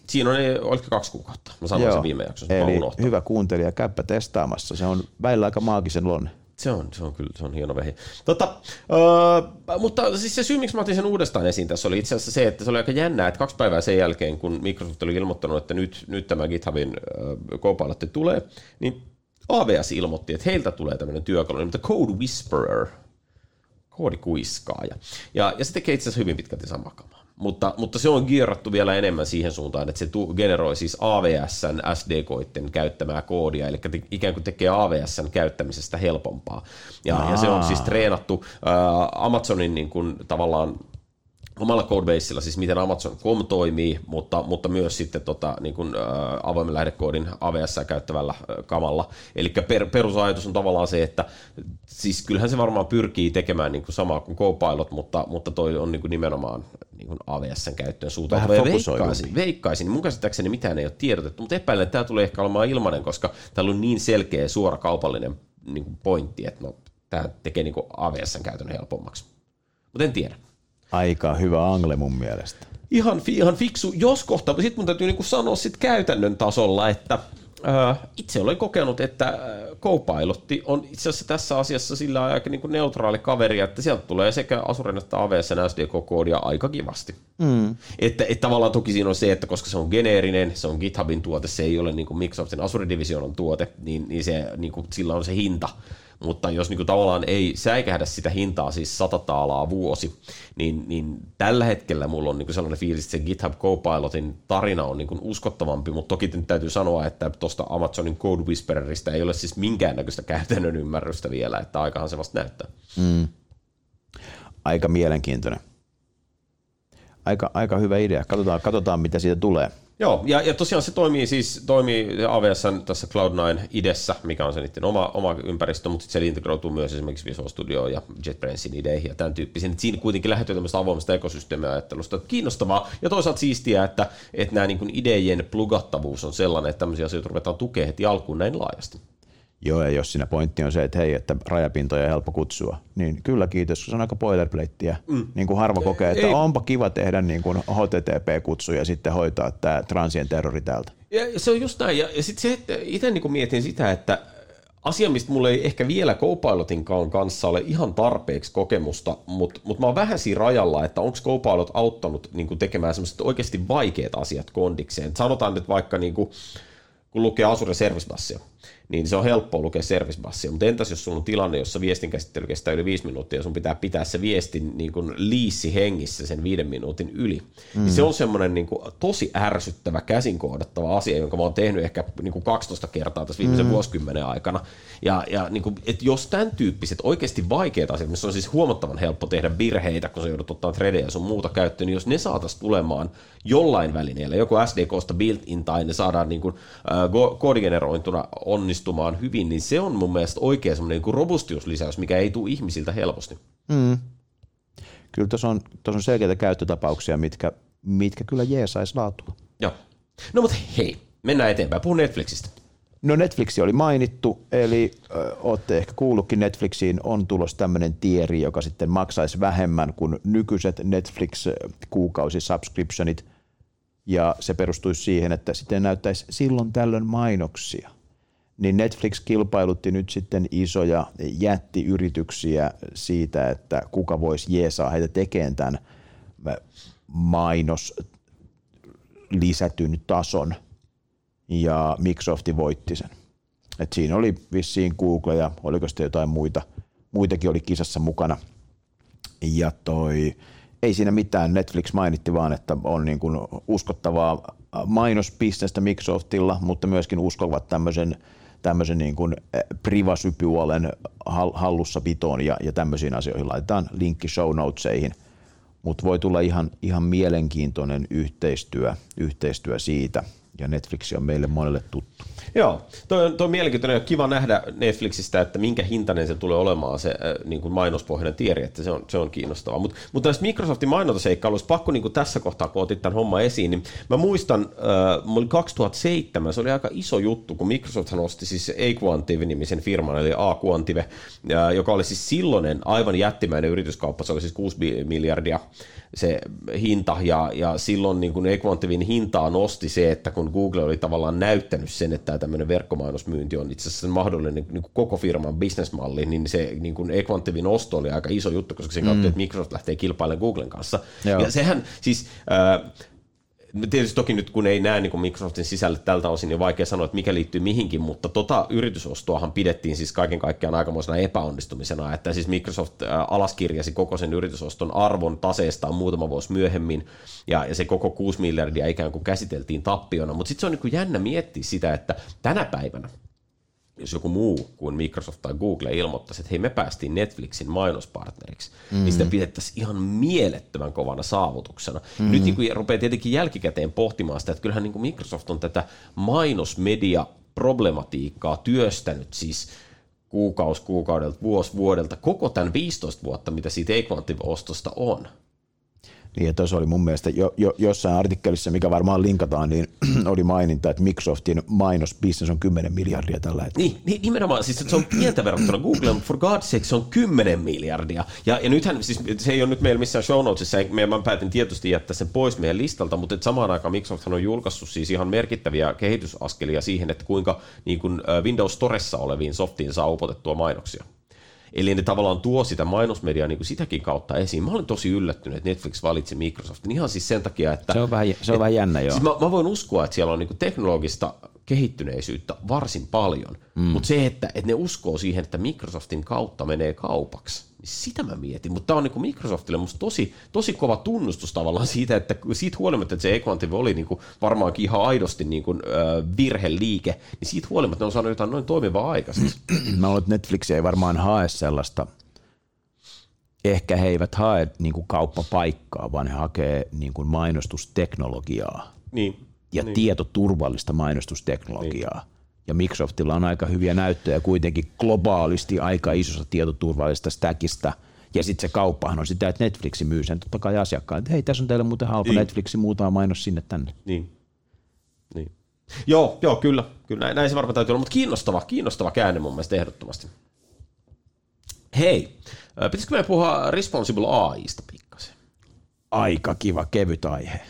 [SPEAKER 3] Siinä on, oliko kaksi kuukautta? Mä sanoin sen viime jaksossa.
[SPEAKER 2] Eli hyvä kuuntelija, käyppä testaamassa. Se on välillä aika maagisen luonne.
[SPEAKER 3] Se on, se on kyllä, se on hieno vehi. Tota, öö, mutta siis se syy, miksi mä otin sen uudestaan esiin tässä, oli itse asiassa se, että se oli aika jännää, että kaksi päivää sen jälkeen, kun Microsoft oli ilmoittanut, että nyt, nyt tämä GitHubin äh, Copilot tulee, niin A W S ilmoitti, että heiltä tulee tämmöinen työkalu, nimeltä Code Whisperer, koodikuiskaaja. Ja, ja se tekee itse asiassa hyvin pitkälti samaa kamaa. Mutta, mutta se on gearattu vielä enemmän siihen suuntaan, että se tu- generoi siis A W S:n S D K:iden käyttämää koodia, eli te- ikään kuin tekee A W S:n käyttämisestä helpompaa. Ja, ja se on siis treenattu äh, Amazonin niin kuin, tavallaan omalla codebasella, siis miten Amazon piste com toimii, mutta, mutta myös sitten tota, niin kuin, ä, avoimen lähdekoodin A W S käyttävällä ä, kamalla. Eli per, perusajatus on tavallaan se, että siis kyllähän se varmaan pyrkii tekemään niin kuin samaa kuin Copilot, mutta, mutta toi on niin kuin nimenomaan niin kuin A W S:n käyttöön suuntautuva.
[SPEAKER 2] Vähän
[SPEAKER 3] veikkaisin, veikkaisin, niin mun käsittääkseni mitään ei ole tiedotettu, mutta epäilen, että tämä tulee ehkä olemaan ilmainen, koska täällä on niin selkeä suora kaupallinen niin kuin pointti, että no, tämä tekee niin kuin A W S:n käytön helpommaksi. Mutta en tiedä.
[SPEAKER 2] Aika hyvä angle mun mielestä.
[SPEAKER 3] Ihan, ihan fiksu, jos kohta. Sitten mun täytyy niinku sanoa sit käytännön tasolla, että ää, itse olen kokenut, että Copilotti on itse asiassa tässä asiassa sillä aika niinku neutraali kaveri, että sieltä tulee sekä Azuren että A W S:n S D K-koodia aika kivasti. Mm. Että, että tavallaan toki siinä on se, että koska se on geneerinen, se on GitHubin tuote, se ei ole niinku Microsoftin Azure Divisionin tuote, niin, niin se, niinku, sillä on se hinta. Mutta jos niinku tavallaan ei säikähdä sitä hintaa, siis sata taalaa vuosi, niin, niin tällä hetkellä mulla on niinku sellainen fiilis, että se GitHub Copilotin tarina on niinku uskottavampi, mutta toki nyt täytyy sanoa, että tuosta Amazonin Code Whispereristä ei ole siis minkäännäköistä käytännön ymmärrystä vielä, että aikahan se vasta näyttää. Mm.
[SPEAKER 2] Aika mielenkiintoinen. Aika, aika hyvä idea. Katsotaan, katsotaan mitä siitä tulee.
[SPEAKER 3] Joo, ja, ja tosiaan se toimii siis toimii A W S:n tässä Cloud nine idessä, mikä on se niiden oma, oma ympäristö, mutta se integroituu myös esimerkiksi Visual Studio ja JetBrainsin ideihin ja tämän tyyppisiin. Siinä kuitenkin lähdetään tämmöistä avoimesta ekosysteemiajattelusta. Kiinnostavaa ja toisaalta siistiä, että, että nämä niin kuin ideien plugattavuus on sellainen, että tämmöisiä asioita ruvetaan tukemaan heti alkuun näin laajasti.
[SPEAKER 2] Joo, ja jos siinä pointti on se, että hei, että rajapintoja on helppo kutsua, niin kyllä kiitos, se on aika boilerplateä. Mm. Niin kuin harva kokee, että ei. Onpa kiva tehdä niin kuin H T T P-kutsu ja sitten hoitaa tämä transien terrori täältä.
[SPEAKER 3] Ja se on just näin, ja, ja sitten se, että itse niin kuin mietin sitä, että asia, mistä mulla ei ehkä vielä Copilotin kanssa ole ihan tarpeeksi kokemusta, mutta, mutta mä oon vähän siinä rajalla, että onko Copilot auttanut niin kuin tekemään semmoiset oikeasti vaikeat asiat kondikseen. Sanotaan nyt vaikka, niin kuin, kun lukee Azure Service Bussia, niin se on helppoa lukea service bussia, mutta entäs jos sulla on tilanne, jossa viestinkäsittely kestää yli viisi minuuttia ja sun pitää pitää se viestin niin kuin liissi hengissä sen viiden minuutin yli, mm. niin se on semmoinen niin kuin tosi ärsyttävä käsin koodattava asia, jonka mä oon tehnyt ehkä niin kuin kaksitoista kertaa tässä viimeisen mm. vuosikymmenen aikana. Ja, ja niin kuin, että jos tämän tyyppiset oikeasti vaikeat asiat, missä on siis huomattavan helppo tehdä virheitä, kun sä joudut ottaa threadejä ja sun muuta käyttöön, niin jos ne saataisiin tulemaan jollain välineellä, joko S D K:sta built-in tai ne saadaan niin kuin, äh, koodigenerointuna onnistumaan hyvin, niin se on mun mielestä oikein semmoinen niin robustiuslisäys, mikä ei tule ihmisiltä helposti. Mm.
[SPEAKER 2] Kyllä tuossa on, on selkeitä käyttötapauksia, mitkä, mitkä kyllä jeesaisi laatua.
[SPEAKER 3] Joo. No mutta hei, mennään eteenpäin. Puhun Netflixistä.
[SPEAKER 2] No Netflix oli mainittu, eli ö, olette ehkä kuullutkin, Netflixiin on tulossa tämmöinen tieri, joka sitten maksaisi vähemmän kuin nykyiset Netflix-kuukausi-subscriptionit, ja se perustuisi siihen, että sitten näyttäisi silloin tällöin mainoksia. Niin Netflix kilpailutti nyt sitten isoja jättiyrityksiä siitä, että kuka voisi jeesaa heitä tekemään tämän mainos lisätyn tason, ja Microsoft voitti sen. Et siinä oli vissiin Google ja oliko sitten jotain muita, muitakin oli kisassa mukana. Ja toi, ei siinä mitään, Netflix mainitti vaan, että on niin kuin uskottavaa mainosbisnestä Microsoftilla, mutta myöskin uskovat tämmöisen tämmöisen niin kuin privacy-puolen hallussapitoon ja, ja tämmöisiin asioihin. Laitetaan linkki show notesihin, mutta voi tulla ihan, ihan mielenkiintoinen yhteistyö, yhteistyö siitä, ja Netflix on meille monelle tuttu.
[SPEAKER 3] Joo, toi on, toi on mielenkiintoinen ja kiva nähdä Netflixistä, että minkä hintainen se tulee olemaan se äh, niin kuin mainospohjainen tieri, että se on, se on kiinnostavaa. Mut, mutta näistä Microsoftin mainontaseikkailuista pakko niin kuin tässä kohtaa, kun otit tämän homman esiin, niin mä muistan, äh, oli kaksituhattaseitsemän, se oli aika iso juttu, kun Microsoft osti siis A-Quantive-nimisen firman, eli A-Quantive, äh, joka oli siis silloinen aivan jättimäinen yrityskauppa, se oli siis kuusi miljardia se hinta, ja, ja silloin niin kuin Equantivin hintaa nosti se, että kun Google oli tavallaan näyttänyt sen, että tämmöinen verkkomainosmyynti on itse asiassa mahdollinen niin kuin koko firman bisnesmalli, niin se niin kuin Equantivin osto oli aika iso juttu, koska sen kautta, mm. että Microsoft lähtee kilpailemaan Googlen kanssa. Joo. Ja sehän siis... Äh, Tietysti toki nyt kun ei näe niin Microsoftin sisälle tältä osin, niin vaikea sanoa, että mikä liittyy mihinkin, mutta tota yritysostoahan pidettiin siis kaiken kaikkiaan aikamoisena epäonnistumisena, että siis Microsoft alaskirjasi koko sen yritysoston arvon taseestaan muutama vuosi myöhemmin, ja, ja se koko kuusi miljardia ikään kuin käsiteltiin tappiona, mutta sitten se on niin kuin jännä miettiä sitä, että tänä päivänä, jos joku muu kuin Microsoft tai Google ilmoittaisi, että hei, me päästiin Netflixin mainospartneriksi, mm-hmm. niin sitä pidettäisiin ihan mielettömän kovana saavutuksena. Mm-hmm. Nyt niin kuin rupeaa tietenkin jälkikäteen pohtimaan sitä, että kyllähän niin kuin Microsoft on tätä mainosmedia-problematiikkaa työstänyt siis kuukausi kuukaudelta, vuosi vuodelta, koko tämän viisitoista vuotta, mitä siitä Equantive-ostosta on.
[SPEAKER 2] Niin, ja tuossa oli mun mielestä jo, jo, jossain artikkelissa, mikä varmaan linkataan, niin oli maininta, että Microsoftin mainosbusiness on kymmenen miljardia tällä hetkellä.
[SPEAKER 3] Niin, niin nimenomaan, siis se on pientä verrattuna Google, for God's sake se on kymmenen miljardia. Ja, ja nythän, siis se ei ole nyt meillä missään show notesissa, mä päätin tietysti jättää sen pois meidän listalta, mutta et samaan aikaan Microsoft on julkaissut siis ihan merkittäviä kehitysaskelia siihen, että kuinka niin kuin Windows Storessa oleviin softiin saa upotettua mainoksia. Eli ne tavallaan tuo sitä mainosmediaa niin kuin sitäkin kautta esiin. Mä olin tosi yllättynyt, että Netflix valitsi Microsoftin ihan siis sen takia, että...
[SPEAKER 2] Se on vähän, se on
[SPEAKER 3] et,
[SPEAKER 2] vähän jännä, joo.
[SPEAKER 3] Siis mä, mä voin uskoa, että siellä on niin kuin teknologista kehittyneisyyttä varsin paljon, mm. mutta se, että, että ne uskoo siihen, että Microsoftin kautta menee kaupaksi, niin sitä mä mietin. Mutta tämä on niin kuin Microsoftille musta tosi, tosi kova tunnustus tavallaan siitä, että siitä huolimatta, että se Equantive oli niin kuin varmaankin ihan aidosti niin kuin, äh, virheliike, niin siitä huolimatta ne on saanut jotain noin toimivaa aikaiseksi.
[SPEAKER 2] Mä luulen, että Netflix ei varmaan hae sellaista, ehkä he eivät hae niin kuin kauppapaikkaa, vaan he hakee niin kuin mainostusteknologiaa.
[SPEAKER 3] Niin.
[SPEAKER 2] Ja
[SPEAKER 3] niin.
[SPEAKER 2] tietoturvallista mainostusteknologiaa. Niin. Ja Microsoftilla on aika hyviä näyttöjä kuitenkin globaalisti aika isosta tietoturvallisesta stackista. Ja sitten se kauppahan on sitä, että Netflix myy sen totta kai asiakkaan. Että hei, tässä on teille muuten halpa niin. Netflix, muutama mainos sinne tänne.
[SPEAKER 3] Niin. niin. Joo, joo, kyllä. kyllä näin, näin se varmaan täytyy olla, mutta kiinnostava, kiinnostava käänne mun mielestä ehdottomasti. Hei, pitäisikö meidän puhua Responsible A I:sta pikkasen?
[SPEAKER 2] Aika kiva, kevyt aihe.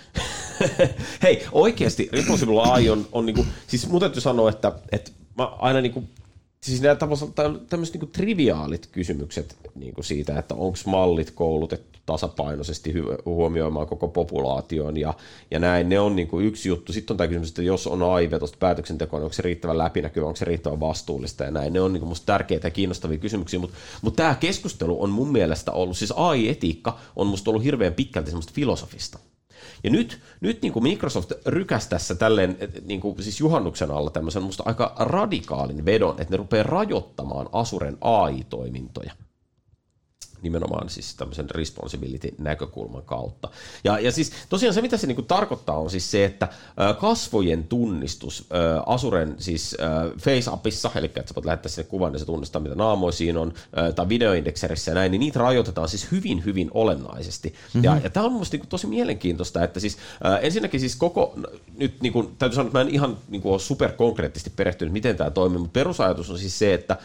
[SPEAKER 3] Hei, oikeasti Responsible A I on, on niinku, siis mun täytyy sanoa, että, että mä aina niinku, siis nämä tämmöiset niinku triviaalit kysymykset niinku siitä, että onko mallit koulutettu tasapainoisesti huomioimaan koko populaation ja, ja näin, ne on niinku yksi juttu. Sitten on tämä kysymys, että jos on A I-vetosta päätöksentekoa, niin onko se riittävän läpinäkyvä, onko se riittävän vastuullista ja näin. Ne on niinku musta tärkeitä ja kiinnostavia kysymyksiä, mutta, mutta tämä keskustelu on mun mielestä ollut, siis A I-etiikka on musta ollut hirveän pitkälti semmoista filosofista. Ja nyt, nyt niin kuin Microsoft rykäsi tässä tälleen, niin kuin siis juhannuksen alla tämmöisen musta aika radikaalin vedon, että ne rupeaa rajoittamaan Azuren A I-toimintoja. Nimenomaan siis tämmöisen responsibility-näkökulman kautta. Ja, ja siis tosiaan se, mitä se niinku tarkoittaa, on siis se, että kasvojen tunnistus Azuren siis Face-appissa, eli että sä voit lähettää sinne kuvan ja se tunnistaa, mitä naamoja siinä on, tai videoindekserissä ja näin, niin niitä rajoitetaan siis hyvin, hyvin olennaisesti. Mm-hmm. Ja, ja tämä on musta niinku tosi mielenkiintoista, että siis ensinnäkin siis koko, nyt niinku, täytyy sanoa, että mä en ihan niinku ole superkonkreettisesti perehtynyt, miten tämä toimii, mutta perusajatus on siis se, että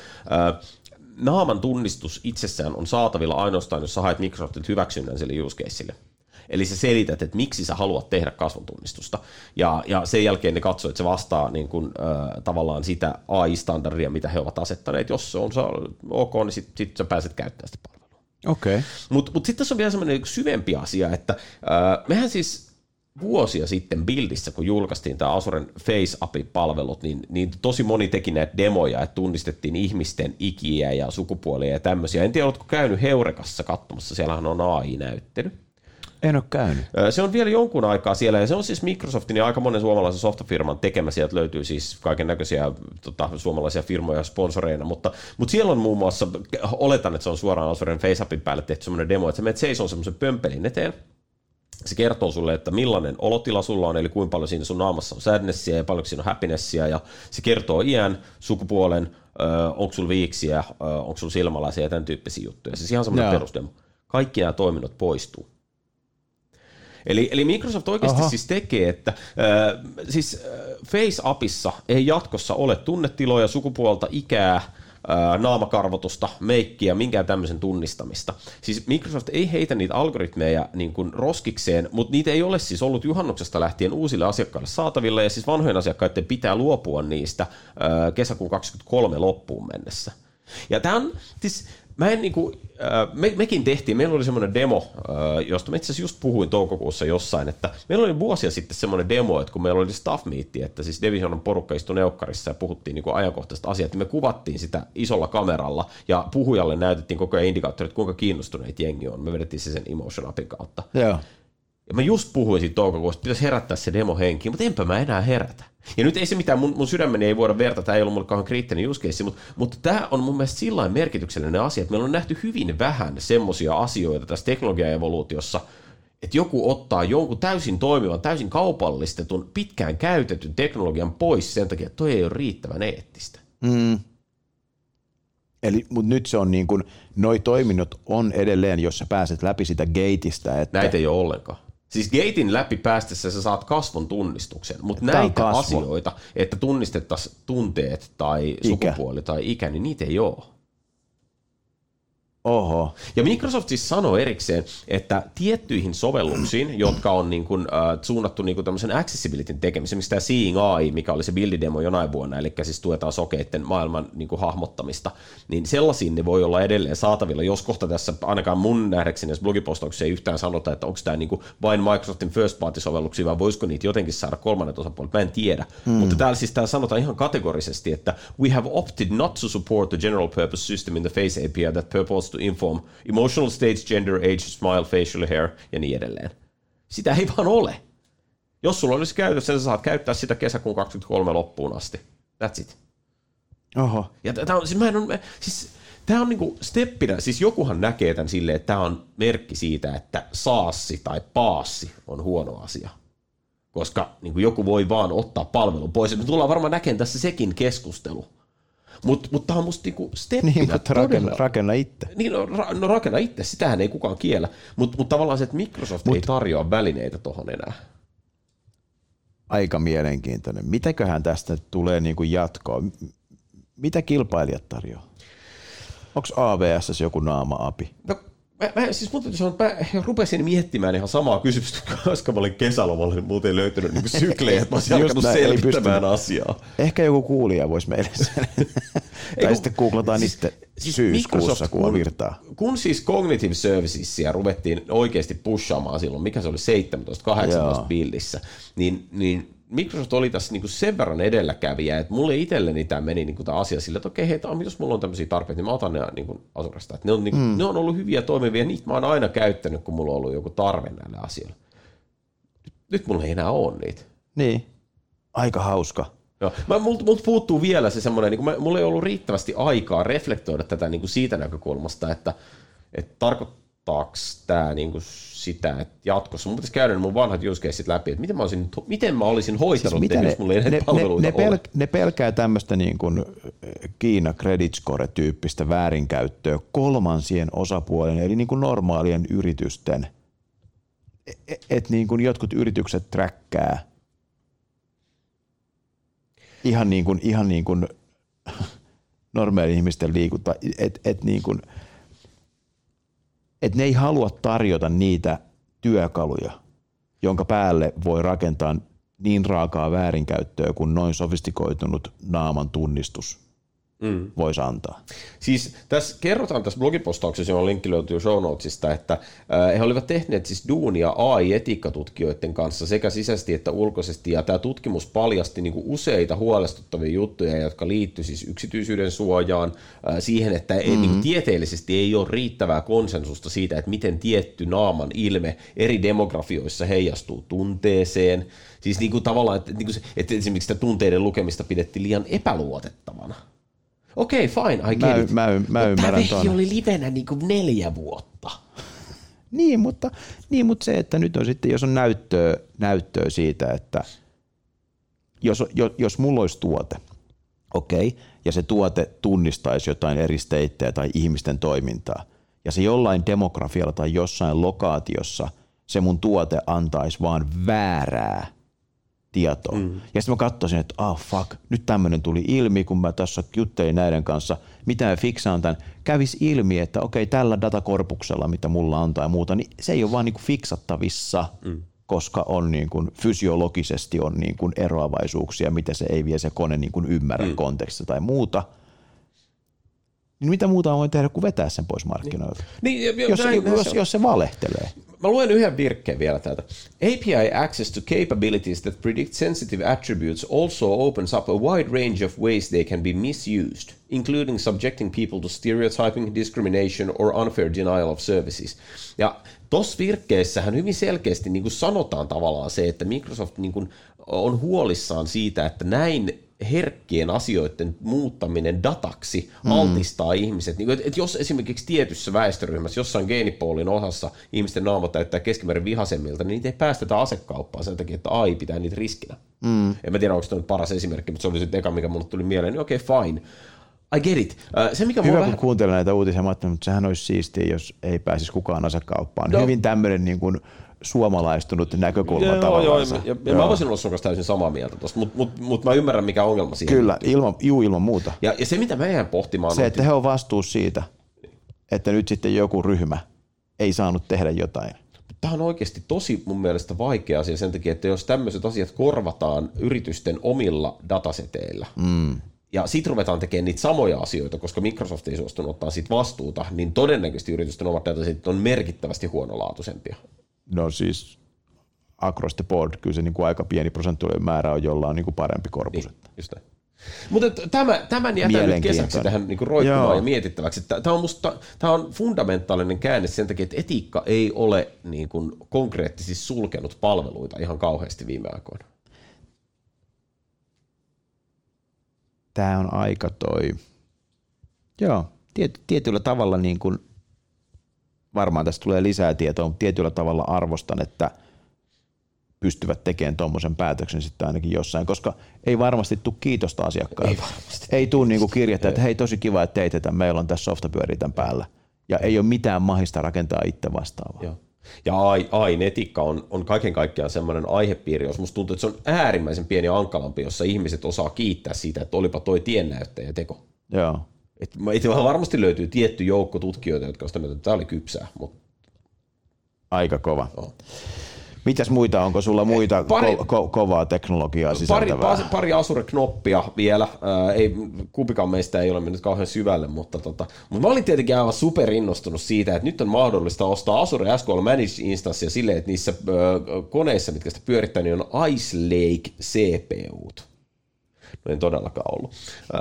[SPEAKER 3] naaman tunnistus itsessään on saatavilla ainoastaan, jos sä haet Microsoftin hyväksynnän sille use caseille. Eli sä selität, että miksi sä haluat tehdä kasvon tunnistusta. Ja, ja sen jälkeen ne katsoo, että se vastaa niin kuin, äh, tavallaan sitä A I-standardia, mitä he ovat asettaneet. Jos se on ok, niin sitten sit sä pääset käyttämään sitä palvelua.
[SPEAKER 2] Okay.
[SPEAKER 3] Mutta mut sitten tässä on vielä semmoinen syvempi asia, että äh, mehän siis vuosia sitten Buildissä, kun julkaistiin tämä Azuren Face-app-palvelut, niin, niin tosi moni teki näitä demoja, että tunnistettiin ihmisten ikiä ja sukupuolia ja tämmöisiä. En tiedä, oletko käynyt Heurekassa katsomassa, siellähän on A I-näyttely.
[SPEAKER 2] En ole käynyt.
[SPEAKER 3] Se on vielä jonkun aikaa siellä, ja se on siis Microsoftin ja aika monen suomalaisen softafirman tekemä. Sieltä löytyy siis kaiken näköisiä tota, suomalaisia firmoja sponsoreina, mutta, mutta siellä on muun muassa, oletan, että se on suoraan Azuren Face-appin päälle tehty semmoinen demo, että sä menet seisoo semmoisen pömpelin eteen. Se kertoo sulle, että millainen olotila sulla on, eli kuinka paljon siinä sun naamassa on sadnessia ja paljonko siinä on happinessia, ja se kertoo iän, sukupuolen, onko sulla viiksiä, onko sulla silmälaisia ja tämän tyyppisiä juttuja. Siis ihan semmoinen perusdemo. Kaikki nämä toiminnot poistuu. Eli, eli Microsoft oikeasti Aha. siis tekee, että äh, siis äh, Face-appissa ei jatkossa ole tunnetiloja, sukupuolta, ikää, ää, naamakarvotusta, meikkiä, minkään tämmöisen tunnistamista. Siis Microsoft ei heitä niitä algoritmeja niin kuin roskikseen, mutta niitä ei ole siis ollut juhannuksesta lähtien uusille asiakkaille saatavilla, ja siis vanhojen asiakkaiden pitää luopua niistä ää, kesäkuun kaksikymmentäkolme loppuun mennessä. Ja tämä on, siis mä en niinku, äh, me, mekin tehtiin, meillä oli semmoinen demo, äh, josta mä itse asiassa just puhuin toukokuussa jossain, että meillä oli vuosia sitten semmoinen demo, että kun meillä oli staff meetti, että siis Divisionan porukka istui neukkarissa ja puhuttiin niinku ajankohtaisesta asiaa, että me kuvattiin sitä isolla kameralla ja puhujalle näytettiin koko ajan indikaattorit, että kuinka kiinnostuneita jengi on. Me vedettiin se sen Emotion Appin kautta.
[SPEAKER 2] Joo.
[SPEAKER 3] Ja mä just puhuin siitä toukokuusta, että pitäisi herättää se demo henkiin, mutta enpä mä enää herätä. Ja nyt ei se mitään, mun, mun sydämeni ei voida verta, tämä ei ollut mulle kauhean kriittinen use case, mutta, mutta tämä on mun mielestä sillain merkityksellinen asia, että meillä on nähty hyvin vähän semmoisia asioita tässä teknologiaevoluutiossa, että joku ottaa jonkun täysin toimivan, täysin kaupallistetun, pitkään käytetyn teknologian pois sen takia, että toi ei ole riittävän eettistä.
[SPEAKER 2] Mm. Eli, mutta nyt se on niin kuin, noi toiminnot on edelleen, jos sä pääset läpi sitä gateista. Että
[SPEAKER 3] näitä ei ole ollenkaan. Siis gatein läpi päästessä sä saat kasvon tunnistuksen, mutta näitä kasvo. asioita, että tunnistettaisiin tunteet tai ikä. sukupuoli tai ikä, niin niitä ei ole.
[SPEAKER 2] Oho.
[SPEAKER 3] Ja Microsoft siis sanoi erikseen, että tiettyihin sovelluksiin, jotka on niin kuin, äh, suunnattu niin kuin tämmöisen accessibilityn tekemiseen, mistä tämä Seeing A I, mikä oli se buildidemo jonain vuonna, eli siis tuetaan sokeitten maailman niin kuin hahmottamista, niin sellaisiin ne voi olla edelleen saatavilla, jos kohta tässä ainakaan mun nähdäkseni jos blogipostauksessa ei yhtään sanota, että onko tämä niin kuin vain Microsoftin first party-sovelluksia, vai voisiko niitä jotenkin saada kolmannet osapuolet, mä en tiedä. Hmm. Mutta täällä siis täällä sanotaan ihan kategorisesti, että we have opted not to support the general purpose system in the Face A P I that purports to inform emotional states, gender, age, smile, facial hair ja niin edelleen. Sitä ei vaan ole. Jos sulla olisi käytössä, sä saat käyttää sitä kesäkuun kaksikymmentäkolme loppuun asti. That's it.
[SPEAKER 2] Oho.
[SPEAKER 3] Ja tämä on, siis mä en ole, siis tämä on niinku steppinä, siis jokuhan näkee tämän silleen, että tämä on merkki siitä, että saassi tai paassi on huono asia. Koska niinku joku voi vaan ottaa palvelun pois. Me tullaan varmaan näkemään tässä sekin keskustelu. Mutta mut tämä on musta niinku steppinä.
[SPEAKER 2] Niin, mutta rakenna, rakenna itse.
[SPEAKER 3] Niin, no, ra, no rakenna itse, sitähän ei kukaan kiellä. Mutta mut tavallaan se, että Microsoft mut, ei tarjoa välineitä tuohon enää.
[SPEAKER 2] Aika mielenkiintoinen. Mitäköhän tästä tulee niinku jatkoa? Mitä kilpailijat tarjoaa? Onko A W S joku naama-api?
[SPEAKER 3] No, mä, mä, siis mun täytyy sanoa, että mä rupesin miettimään ihan samaa kysymystä, koska mä olin kesälomalla, niin muuten ei löytynyt niinku syklejä, että mä olisin alkanut selvittämään asiaa.
[SPEAKER 2] Ehkä joku kuulija voisi meille sen. Tai ei, sitten googlataan siis, itse siis syyskuussa, kun virtaa.
[SPEAKER 3] Kun siis Cognitive Servicesia ruvettiin oikeasti pushaamaan silloin, mikä se oli seitsemäntoista kahdeksantoista billissä, niin, niin Microsoft oli tässä niinku sen verran edelläkävijä, että mulle itselleni tämä meni niinku tämä asia sillä, että okei, hei, jos mulla on tämmöisiä tarpeita, niin mä otan ne niinku Azuresta. Ne on, niinku, mm. ne on ollut hyviä toimivia, niitä mä oon aina käyttänyt, kun mulla on ollut joku tarve näille asioille. Nyt mulla ei enää ole niitä.
[SPEAKER 2] Niin, aika hauska.
[SPEAKER 3] Joo. Multa mult puuttuu vielä se semmoinen, niin mä, mulla ei ollut riittävästi aikaa reflektoida tätä niin kuin siitä näkökulmasta, että, että tarkoittaako tämä niin kuin sitä, että jatkossa mun pitäisi käydä mun vanhat use caseit läpi, että miten mä olisin, miten mä olisin hoitanut siis ne, jos mulla ei näitä
[SPEAKER 2] ne,
[SPEAKER 3] palveluita
[SPEAKER 2] ne, ne, pel, ne pelkää tämmöistä niin kuin Kiina Credit Score-tyyppistä väärinkäyttöä kolmansien osapuolen, eli niin kuin normaalien yritysten, että et niin kuin jotkut yritykset träkkää ihan niin kuin, ihan niin kuin normaalien ihmisten liikunta, että et niin kuin, et ne ei halua tarjota niitä työkaluja, jonka päälle voi rakentaa niin raakaa väärinkäyttöä kuin noin sofistikoitunut naaman tunnistus mm. voisi antaa.
[SPEAKER 3] Siis tässä kerrotaan tässä blogipostauksessa, johon linkki löytyy show notesista, että he olivat tehneet siis duunia A I-etiikkatutkijoiden kanssa sekä sisäisesti että ulkoisesti, ja tämä tutkimus paljasti niin kuin useita huolestuttavia juttuja, jotka liittyy siis yksityisyyden suojaan, siihen, että mm-hmm. niin kuin tieteellisesti ei ole riittävää konsensusta siitä, että miten tietty naaman ilme eri demografioissa heijastuu tunteeseen. Siis niin kuin tavallaan, että, niin kuin se, että esimerkiksi sitä tunteiden lukemista pidettiin liian epäluotettavana. Okei, okay, fine, I get
[SPEAKER 2] mä,
[SPEAKER 3] it.
[SPEAKER 2] Mä, mä, mä ymmärrän
[SPEAKER 3] tämä vehki oli livenä niin kuin neljä vuotta.
[SPEAKER 2] niin, mutta, niin, mutta se, että nyt on sitten, jos on näyttöä, näyttöä siitä, että jos, jos, jos mulla olisi tuote, okei, okay, ja se tuote tunnistaisi jotain eri steittejä tai ihmisten toimintaa, ja se jollain demografialla tai jossain lokaatiossa se mun tuote antaisi vaan väärää tietoa. Mm. Ja sitten mä katsoisin, että ah oh, fuck, nyt tämmöinen tuli ilmi, kun mä tässä juttelin näiden kanssa, mitä mä fiksaan tämän. Kävisi ilmi, että okei, tällä datakorpuksella, mitä mulla on tai muuta, niin se ei ole vaan niin kuin fiksattavissa, mm. koska on niin kuin, fysiologisesti on niin kuin eroavaisuuksia, mitä se ei vie se kone niin kuin ymmärrä mm. kontekstissa tai muuta. Niin mitä muuta voi tehdä kuin vetää sen pois markkinoilta, niin, ja, jos, näin, jos, jos se valehtelee.
[SPEAKER 3] Mä luen yhden virkkeen vielä täältä. A P I access to capabilities that predict sensitive attributes also opens up a wide range of ways they can be misused, including subjecting people to stereotyping, discrimination or unfair denial of services. Ja tuossa virkkeessähän hyvin selkeästi niin kuin sanotaan tavallaan se, että Microsoft niin kuin on huolissaan siitä, että näin herkkien asioiden muuttaminen dataksi mm. altistaa ihmiset. Niin, että jos esimerkiksi tietyssä väestöryhmässä, jossain geenipoolin osassa ihmisten naamat täyttää keskimäärin vihasemmilta, niin niitä ei päästetä asekauppaan sen takia, että A I pitää niitä riskinä. Mm. En mä tiedä, onko se nyt paras esimerkki, mutta se oli sitten eka, mikä mulle tuli mieleen. Niin okei, okay, fine. I get it. Se, mikä
[SPEAKER 2] Hyvä, kun
[SPEAKER 3] vähän...
[SPEAKER 2] kuuntelen näitä uutisia, mä ajattelin, mutta sehän olisi siistiä, jos ei pääsisi kukaan asekauppaan. No. Hyvin tämmöinen niin kuin suomalaistunut näkökulma joo, tavallaan.
[SPEAKER 3] Joo, ja, ja mä voisin olla sun kanssa täysin samaa mieltä tuosta, mutta mut, mut mä ymmärrän, mikä ongelma siinä.
[SPEAKER 2] Kyllä, ilman, juu, ilman muuta.
[SPEAKER 3] Ja, ja se, mitä mä jään pohtimaan...
[SPEAKER 2] Se, että he on vastuussa siitä, että nyt sitten joku ryhmä ei saanut tehdä jotain.
[SPEAKER 3] Tämä on oikeasti tosi mun mielestä vaikea asia sen takia, että jos tämmöiset asiat korvataan yritysten omilla dataseteillä, mm. ja sitten ruvetaan tekemään niitä samoja asioita, koska Microsoft ei suostunut ottaa siitä vastuuta, niin todennäköisesti yritysten omat datasetit on merkittävästi huonolaatuisempia.
[SPEAKER 2] No siis across the board, kyllä se niin kuin aika pieni prosentuaalinen määrä on, jolla on niin kuin parempi korpus. Niin,
[SPEAKER 3] just näin. Mutta tämä, tämän jätän nyt kesäksi tähän niin kuin roikkumaan Joo. ja mietittäväksi. Tämä on, musta, tämä on fundamentaalinen käänne sen takia, että etiikka ei ole niin kuin konkreettisesti sulkenut palveluita ihan kauheasti viime aikoina.
[SPEAKER 2] Tämä on aika toi, joo, tiety, tietyllä tavalla niin kuin, varmaan tästä tulee lisää tietoa, mutta tietyllä tavalla arvostan, että pystyvät tekemään tuommoisen päätöksen sitten ainakin jossain, koska ei varmasti tule kiitosta asiakkailta. Ei varmasti. Ei tule niinku kirjettä, että hei, tosi kiva, että teit tämän, meillä on tässä softa pyörii tämän päällä. Ja ei ole mitään mahista rakentaa itse vastaavaa.
[SPEAKER 3] Joo. Ja A I-etiikka on, on kaiken kaikkiaan semmoinen aihepiiri, jos musta tuntuu, että se on äärimmäisen pieni ja ankalampi, jossa ihmiset osaa kiittää siitä, että olipa toi tiennäyttäjä teko.
[SPEAKER 2] Joo.
[SPEAKER 3] Et varmasti löytyy tietty joukko tutkijoita, jotka on sitä mieltä, että tämä oli kypsää. Mutta...
[SPEAKER 2] Aika kova. No. Mitäs muita, onko sulla muita pari, ko- ko- kovaa teknologiaa sisältävää?
[SPEAKER 3] Pari, pari Azure-knoppia vielä. Ää, ei, kumpikaan meistä ei ole mennyt kauhean syvälle, mutta, tota, mutta mä olin tietenkin aivan superinnostunut siitä, että nyt on mahdollista ostaa Azure S Q L Managed Instanssia silleen, että niissä ää, koneissa, mitkä sitä pyörittää, niin on Ice Lake C P U:t. No en todellakaan ollut.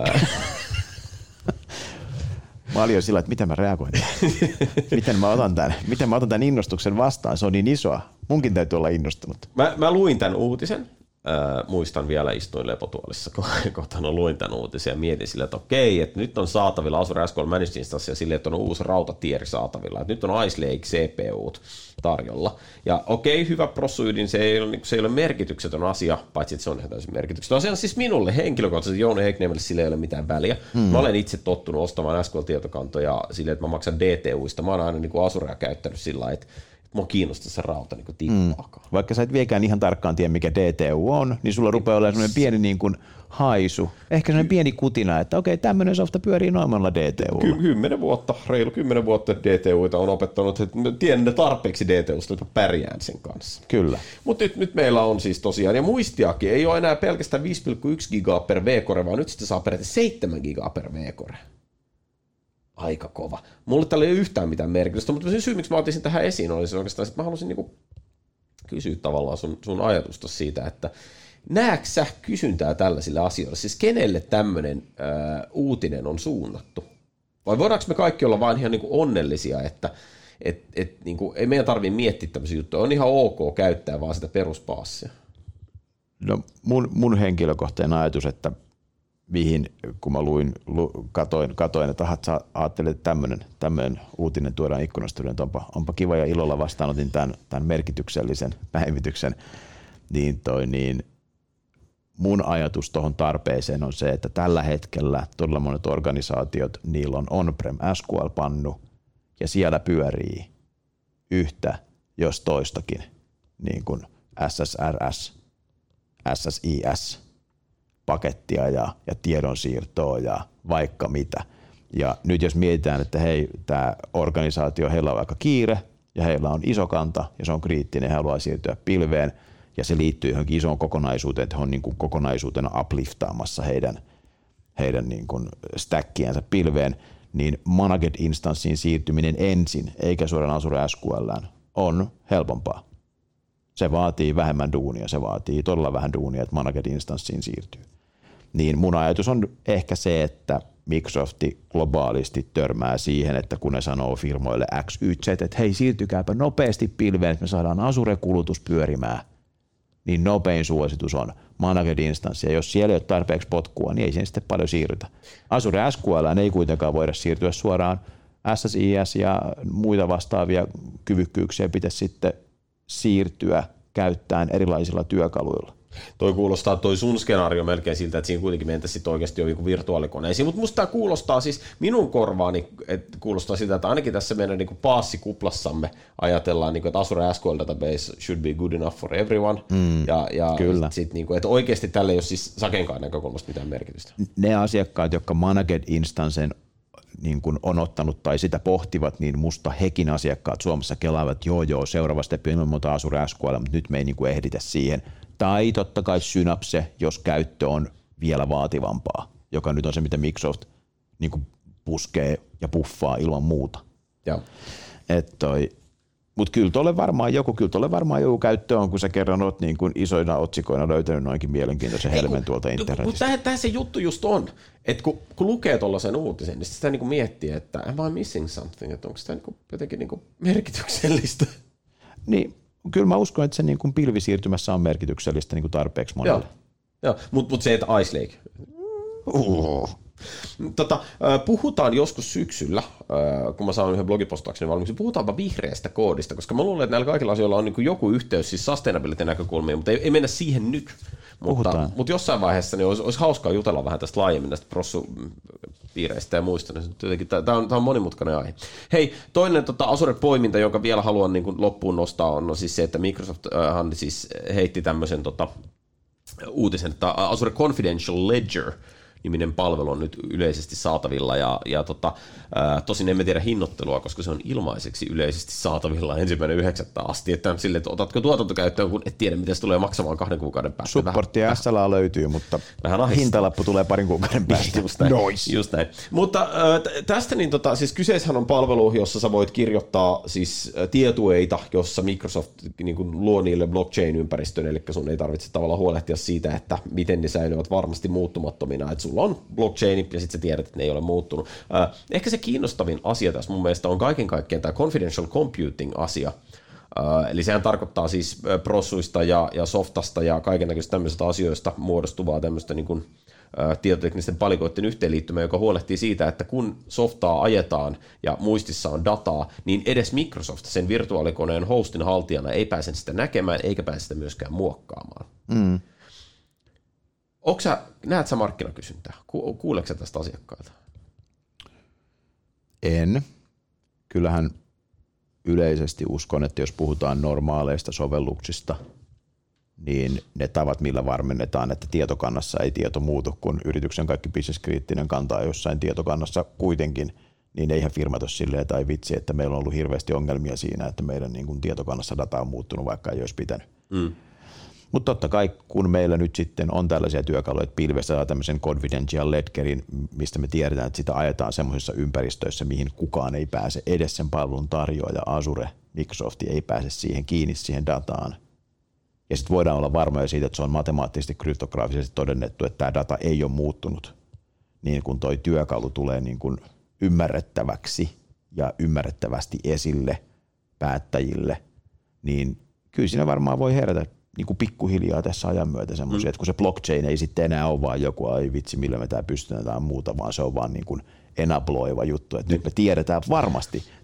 [SPEAKER 2] Mä olin jo sillä, että miten mä reagoin. miten, mä otan tämän, miten mä otan tämän innostuksen vastaan, se on niin isoa. Munkin täytyy olla innostunut.
[SPEAKER 3] Mä, mä luin tämän uutisen. Äh, muistan vielä, istuin lepotuolissa kotona, luin tämän uutisen ja mietin sille, että okei, että nyt on saatavilla Azure S Q L Managed Instanssia silleen, että on uusi rautatieri saatavilla. Että nyt on Ice Lake C P U:t tarjolla. Ja okei, hyvä prossuydin, se ei ole, se ei ole merkityksetön asia, paitsi että se on ihan täysin merkityksetön. Se on siis minulle henkilökohtaisesti, Jouni Heikniemelle, sille ei ole mitään väliä. Hmm. Mä olen itse tottunut ostamaan S Q L-tietokantoja silleen, että mä maksan D T U:ista. Mä oon aina niin kuin Azurea käyttänyt sillä lailla, että mua kiinnostaa se rauta niin kuin tippaakaan.
[SPEAKER 2] Mm. Vaikka sä et viekään ihan tarkkaan tiedä, mikä D T U on, niin sulla rupeaa olemaan semmoinen pieni niin kuin haisu, ehkä semmoinen pieni kutina, että okei, tämmöinen softa pyörii noin D T U:lla.
[SPEAKER 3] Ky- kymmenen vuotta, reilu kymmenen vuotta D T U:ita on opettanut, että tiedän tarpeeksi D T U:sta, että pärjään sen kanssa.
[SPEAKER 2] Kyllä.
[SPEAKER 3] Mutta nyt, nyt meillä on siis tosiaan, ja muistiakin, ei ole enää pelkästään viisi pilkku yksi gigaa per V-core, vaan nyt sitten saa periaatteessa seitsemän gigaa per V-core. Aika kova. Mulle tällä ei ole yhtään mitään merkitystä, mutta se syy, miksi mä otin sen tähän esiin, oli se oikeastaan, että mä halusin niinku kysyä tavallaan sun, sun ajatusta siitä, että näetkö sä kysyntää tällaisille asioille? Siis kenelle tämmöinen ää, uutinen on suunnattu? Vai voidaanko me kaikki olla vain ihan niinku onnellisia, että et, et, niinku, ei meidän tarvitse miettiä tämmöisiä juttuja, on ihan ok käyttää vaan sitä peruspaassia?
[SPEAKER 2] No mun, mun henkilökohtainen ajatus, että mihin, kun mä luin, lu, katoin, katoin, että aha, sä ajattelet, että tämmöinen, tämmöinen uutinen tuodaan ikkunasta, että onpa, onpa kiva ja ilolla vastaanotin tämän, tämän merkityksellisen päivityksen, niin, toi, niin mun ajatus tuohon tarpeeseen on se, että tällä hetkellä todella monet organisaatiot, niillä on on-prem S Q L-pannu ja siellä pyörii yhtä, jos toistakin, niin kuin S S R S S S I S-pakettia ja, ja tiedonsiirtoa ja vaikka mitä. Ja nyt jos mietitään, että hei, tämä organisaatio, heillä on aika kiire ja heillä on iso kanta ja se on kriittinen, he haluaa siirtyä pilveen ja se liittyy johonkin isoon kokonaisuuteen, että he on niin kuin kokonaisuutena upliftaamassa heidän, heidän niin kuin stackiänsä pilveen, niin managed-instanssiin siirtyminen ensin, eikä suoraan Azure S Q L:ään, on helpompaa. Se vaatii vähemmän duunia, se vaatii todella vähän duunia, että managed-instanssiin siirtyy. Niin mun ajatus on ehkä se, että Microsofti globaalisti törmää siihen, että kun ne sanoo firmoille X, Y, Z, että hei siirtykääpä nopeasti pilveen, että me saadaan Azure-kulutus pyörimään, niin nopein suositus on managed-instanssi. Ja jos siellä ei ole tarpeeksi potkua, niin ei sen sitten paljon siirrytä. Azure S Q L ei kuitenkaan voida siirtyä suoraan. S S I S ja muita vastaavia kyvykkyyksiä pitäisi sitten siirtyä käyttäen erilaisilla työkaluilla.
[SPEAKER 3] Toi kuulostaa, toi sun skenaario melkein siltä, että siinä kuitenkin mentäisiin sitten oikeasti jo joku virtuaalikoneisiin, mutta musta tämä kuulostaa siis minun korvaani, että kuulostaa sitä, että ainakin tässä meidän niin paasikuplassamme ajatellaan, niin kuin, että Azure S Q L Database should be good enough for everyone, mm, ja, ja sitten niin kuin, että oikeasti tälle ei ole siis Sakenkaan näkökulmasta mitään merkitystä.
[SPEAKER 2] Ne asiakkaat, jotka managed instancen niin kuin on ottanut tai sitä pohtivat, niin musta hekin asiakkaat Suomessa kelaavat, että joo joo, seuraava steppi on ilman muuta Azure S Q L, mutta nyt me ei niin kuin ehditä siihen. Tai totta kai Synapse, jos käyttö on vielä vaativampaa, joka nyt on se, mitä Microsoft niin kuin puskee ja puffaa ilman muuta. Mutta kyllä tuolle varmaan joku, kyllä tuolle varmaan joku käyttö on, kun sä kerran oot niin kuin isoina otsikoina löytänyt noinkin mielenkiintoisen helmen tuolta internetistä.
[SPEAKER 3] Mutta tähän se juttu just on, että kun, kun lukee tuollaisen uutisen, niin sitä niin kuin miettii, että am I missing something, että onko sitä niin kuin jotenkin niin kuin merkityksellistä.
[SPEAKER 2] Niin. Kyllä mä uskon, että se niin kuin pilvisiirtymässä on merkityksellistä niin kuin tarpeeksi monelle.
[SPEAKER 3] Joo, Joo. mutta mut se, että Ice Lake. Uh. Tota, puhutaan joskus syksyllä, kun mä saan yhden blogipostauksen valmiiksi, puhutaanpa vihreästä koodista, koska mä luulen, että näillä kaikilla asioilla on niin kuin joku yhteys siis sustainability-näkökulmiin, mutta ei, ei mennä siihen nyt. Mutta, mutta jossain vaiheessa niin olisi, olisi hauskaa jutella vähän tästä laajemmin näistä prossu-piireistä ja muista. Tämä on, tämä on monimutkainen aihe. Hei, toinen tota, Azure-poiminta, jonka vielä haluan niin kuin loppuun nostaa, on no, siis se, että Microsofthan siis heitti tämmöisen tota, uutisen, että Azure Confidential Ledger niminen palvelu on nyt yleisesti saatavilla, ja, ja tota, ää, tosin emme tiedä hinnoittelua, koska se on ilmaiseksi yleisesti saatavilla ensimmäinen yhdeksättä asti, että silleen, että otatko tuotantokäyttöön, kun et tiedä, miten se tulee maksamaan kahden kuukauden päästä.
[SPEAKER 2] Supporttia S L A löytyy, mutta hintalappu tulee parin kuukauden päästä.
[SPEAKER 3] Just näin. Nois. Just näin. Mutta äh, tästä niin tota, siis kyseessähän on palvelu, jossa sä voit kirjoittaa siis tietueita, jossa Microsoft niin kuin luo niille blockchain-ympäristön, eli sun ei tarvitse tavallaan huolehtia siitä, että miten ne säilyvät varmasti muuttumattomina, että sulla on blockchain ja sitten sä tiedät, että ne ei ole muuttunut. Äh, ehkä se kiinnostavin asia tässä mun mielestä on kaiken kaikkiaan tämä confidential computing-asia. Uh, eli sehän tarkoittaa siis prossuista ja, ja softasta ja kaikennäköistä tämmöisistä asioista muodostuvaa tämmöistä niin kuin, uh, tietoteknisten palikoiden yhteenliittymää, joka huolehtii siitä, että kun softaa ajetaan ja muistissa on dataa, niin edes Microsoft sen virtuaalikoneen hostin haltijana ei pääse sitä näkemään eikä pääse sitä myöskään muokkaamaan. Mm. Onko sä, näet sä markkinakysyntää? Ku, kuuleeko sä tästä asiakkailta?
[SPEAKER 2] En. Kyllähän yleisesti uskon, että jos puhutaan normaaleista sovelluksista, niin ne tavat, millä varmennetaan, että tietokannassa ei tieto muutu, kun yrityksen kaikki business-kriittinen kantaa jossain tietokannassa kuitenkin, niin eihän firmat ole silleen tai vitsi, että meillä on ollut hirveästi ongelmia siinä, että meidän niin kuin tietokannassa data on muuttunut, vaikka ei olisi pitänyt. Mm. Mutta totta kai, kun meillä nyt sitten on tällaisia työkaluja, että pilvessä saa tämmöisen confidential ledgerin, mistä me tiedetään, että sitä ajetaan semmoisissa ympäristöissä, mihin kukaan ei pääse, edes sen palvelun tarjoaja Azure, Microsoft ei pääse siihen kiinni siihen dataan. Ja sitten voidaan olla varmoja siitä, että se on matemaattisesti kryptograafisesti todennettu, että tämä data ei ole muuttunut, niin kun toi työkalu tulee niin kun ymmärrettäväksi ja ymmärrettävästi esille päättäjille, niin kyllä siinä varmaan voi herätä niin kuin pikkuhiljaa tässä ajan myötä semmoisia, mm. että kun se blockchain ei sitten enää ole vaan joku, ai vitsi, millä me tämä pystytään tai muuta, vaan se on vaan niin kuin enabloiva juttu, että mm. nyt me tiedetään varmasti,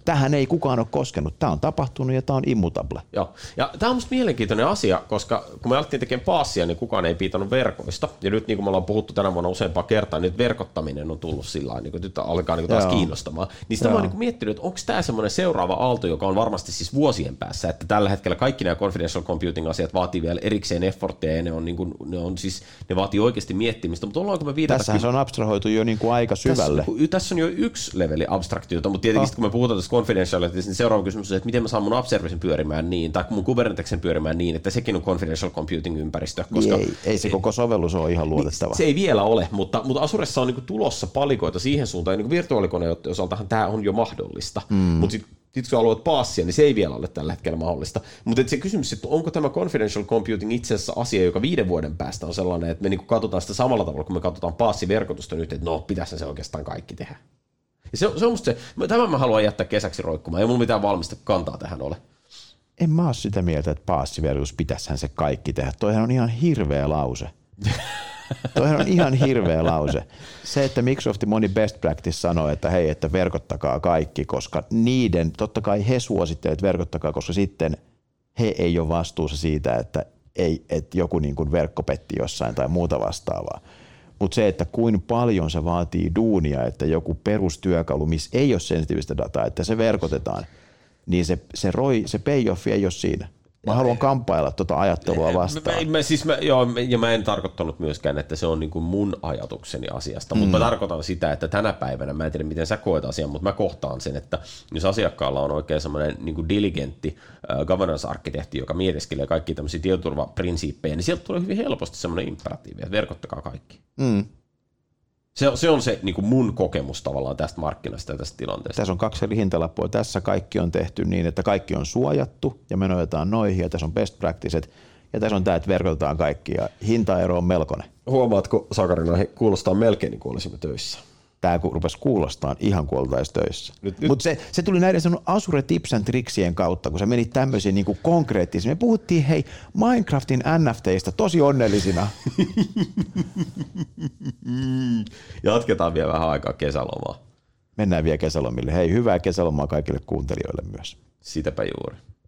[SPEAKER 2] tähän ei kukaan ole koskenut. Tämä on tapahtunut ja tämä on immutable.
[SPEAKER 3] Joo. Ja tämä on musta mielenkiintoinen asia, koska kun me alettiin tekemään paassia, niin kukaan ei piitannut verkoista. Ja nyt niin kuin me ollaan puhuttu tänä vuonna useampaa kertaa, niin verkottaminen on tullut sillä tavalla, niin nyt alkaa niin taas Joo. kiinnostamaan. Niin sitä Joo. mä oon niin miettinyt, että onko tämä semmoinen seuraava aalto, joka on varmasti siis vuosien päässä, että tällä hetkellä kaikki nämä confidential computing-asiat vaatii vielä erikseen effortteja ja ne, on niin kuin, ne, on siis, ne vaatii oikeasti miettimistä. Mutta ollaanko me viidata...
[SPEAKER 2] Tässähän se on abstrahoitu jo niin kuin aika syvälle.
[SPEAKER 3] Tässä, tässä on jo yksi leveli abstraktiota, mutta tietenkin oh. kun me puhutaan tästä confidentiality, niin seuraava kysymys on, että miten mä saan mun Observacen pyörimään niin, tai mun Kubernetesen pyörimään niin, että sekin on confidential computing-ympäristö. Koska
[SPEAKER 2] ei, ei se koko sovellus ole ihan luotettava.
[SPEAKER 3] Se ei vielä ole, mutta, mutta Azuressa on niin kuin tulossa palikoita siihen suuntaan, niin kuin virtuaalikoneen osaltahan tämä on jo mahdollista, mm. mutta sitten sit, kun haluat paassia, niin se ei vielä ole tällä hetkellä mahdollista. Mutta se kysymys, että onko tämä confidential computing itse asiassa asia, joka viiden vuoden päästä on sellainen, että me niin kuin katsotaan sitä samalla tavalla, kun me katsotaan paassiverkotusta nyt, että no, pitäisi se oikeastaan kaikki tehdä. Ja se, se on musta se, tämän mä haluan jättää kesäksi roikkumaan, ei mulla mitään valmista kantaa tähän ole.
[SPEAKER 2] En mä ole sitä mieltä, että paassiverkotus pitäisihän se kaikki tehdä. Toihan on ihan hirveä lause. Toihan on ihan hirveä lause. Se, että Microsoftin moni best practice sanoo, että hei, että verkottakaa kaikki, koska niiden, totta kai he suosittelevat, että verkottakaa, koska sitten he ei ole vastuussa siitä, että, ei, että joku niin kuin verkko petti jossain tai muuta vastaavaa. Mutta se, että kuin paljon se vaatii duunia, että joku perustyökalu, missä ei ole sensitiivistä dataa, että se verkotetaan, niin se, se, roi, se payoff ei ole siinä. Mä haluan kamppailla tuota ajattelua vastaan.
[SPEAKER 3] Mä, mä, siis mä, joo, ja mä en tarkoittanut myöskään, että se on niin kuin mun ajatukseni asiasta, mm. mutta mä tarkoitan sitä, että tänä päivänä, mä en tiedä miten sä koet asian, mutta mä kohtaan sen, että jos asiakkaalla on oikein semmoinen niin kuin diligentti uh, governance-arkkitehti, joka mietiskelee kaikkia tämmöisiä tietoturvaprinsiippejä, niin sieltä tulee hyvin helposti semmoinen imperatiivi, että verkottakaa kaikki. Mm. Se, se on se niin kuin mun kokemus tavallaan tästä markkinasta ja tästä tilanteesta.
[SPEAKER 2] Tässä on kaksi eri hintalappua. Tässä kaikki on tehty niin, että kaikki on suojattu ja me nojetaan noihin ja tässä on best practicet ja tässä on tämä, että verkotetaan kaikki ja hintaero on melkoinen.
[SPEAKER 3] Huomaatko, Sakarina, kuulostaa melkein niin kuin olisimme töissä.
[SPEAKER 2] Tämä rupesi kuulostaa ihan kuin oltaisiin töissä. Mutta se, se tuli näiden sanonut Azure Tips and Tricksien kautta, kun se meni tämmöisiin niin kuin konkreettisiin. Me puhuttiin hei Minecraftin N F T:istä tosi onnellisina.
[SPEAKER 3] Jatketaan vielä vähän aikaa kesälomaa.
[SPEAKER 2] Mennään vielä kesälomille. Hei, hyvää kesälomaa kaikille kuuntelijoille myös.
[SPEAKER 3] Sitäpä juuri.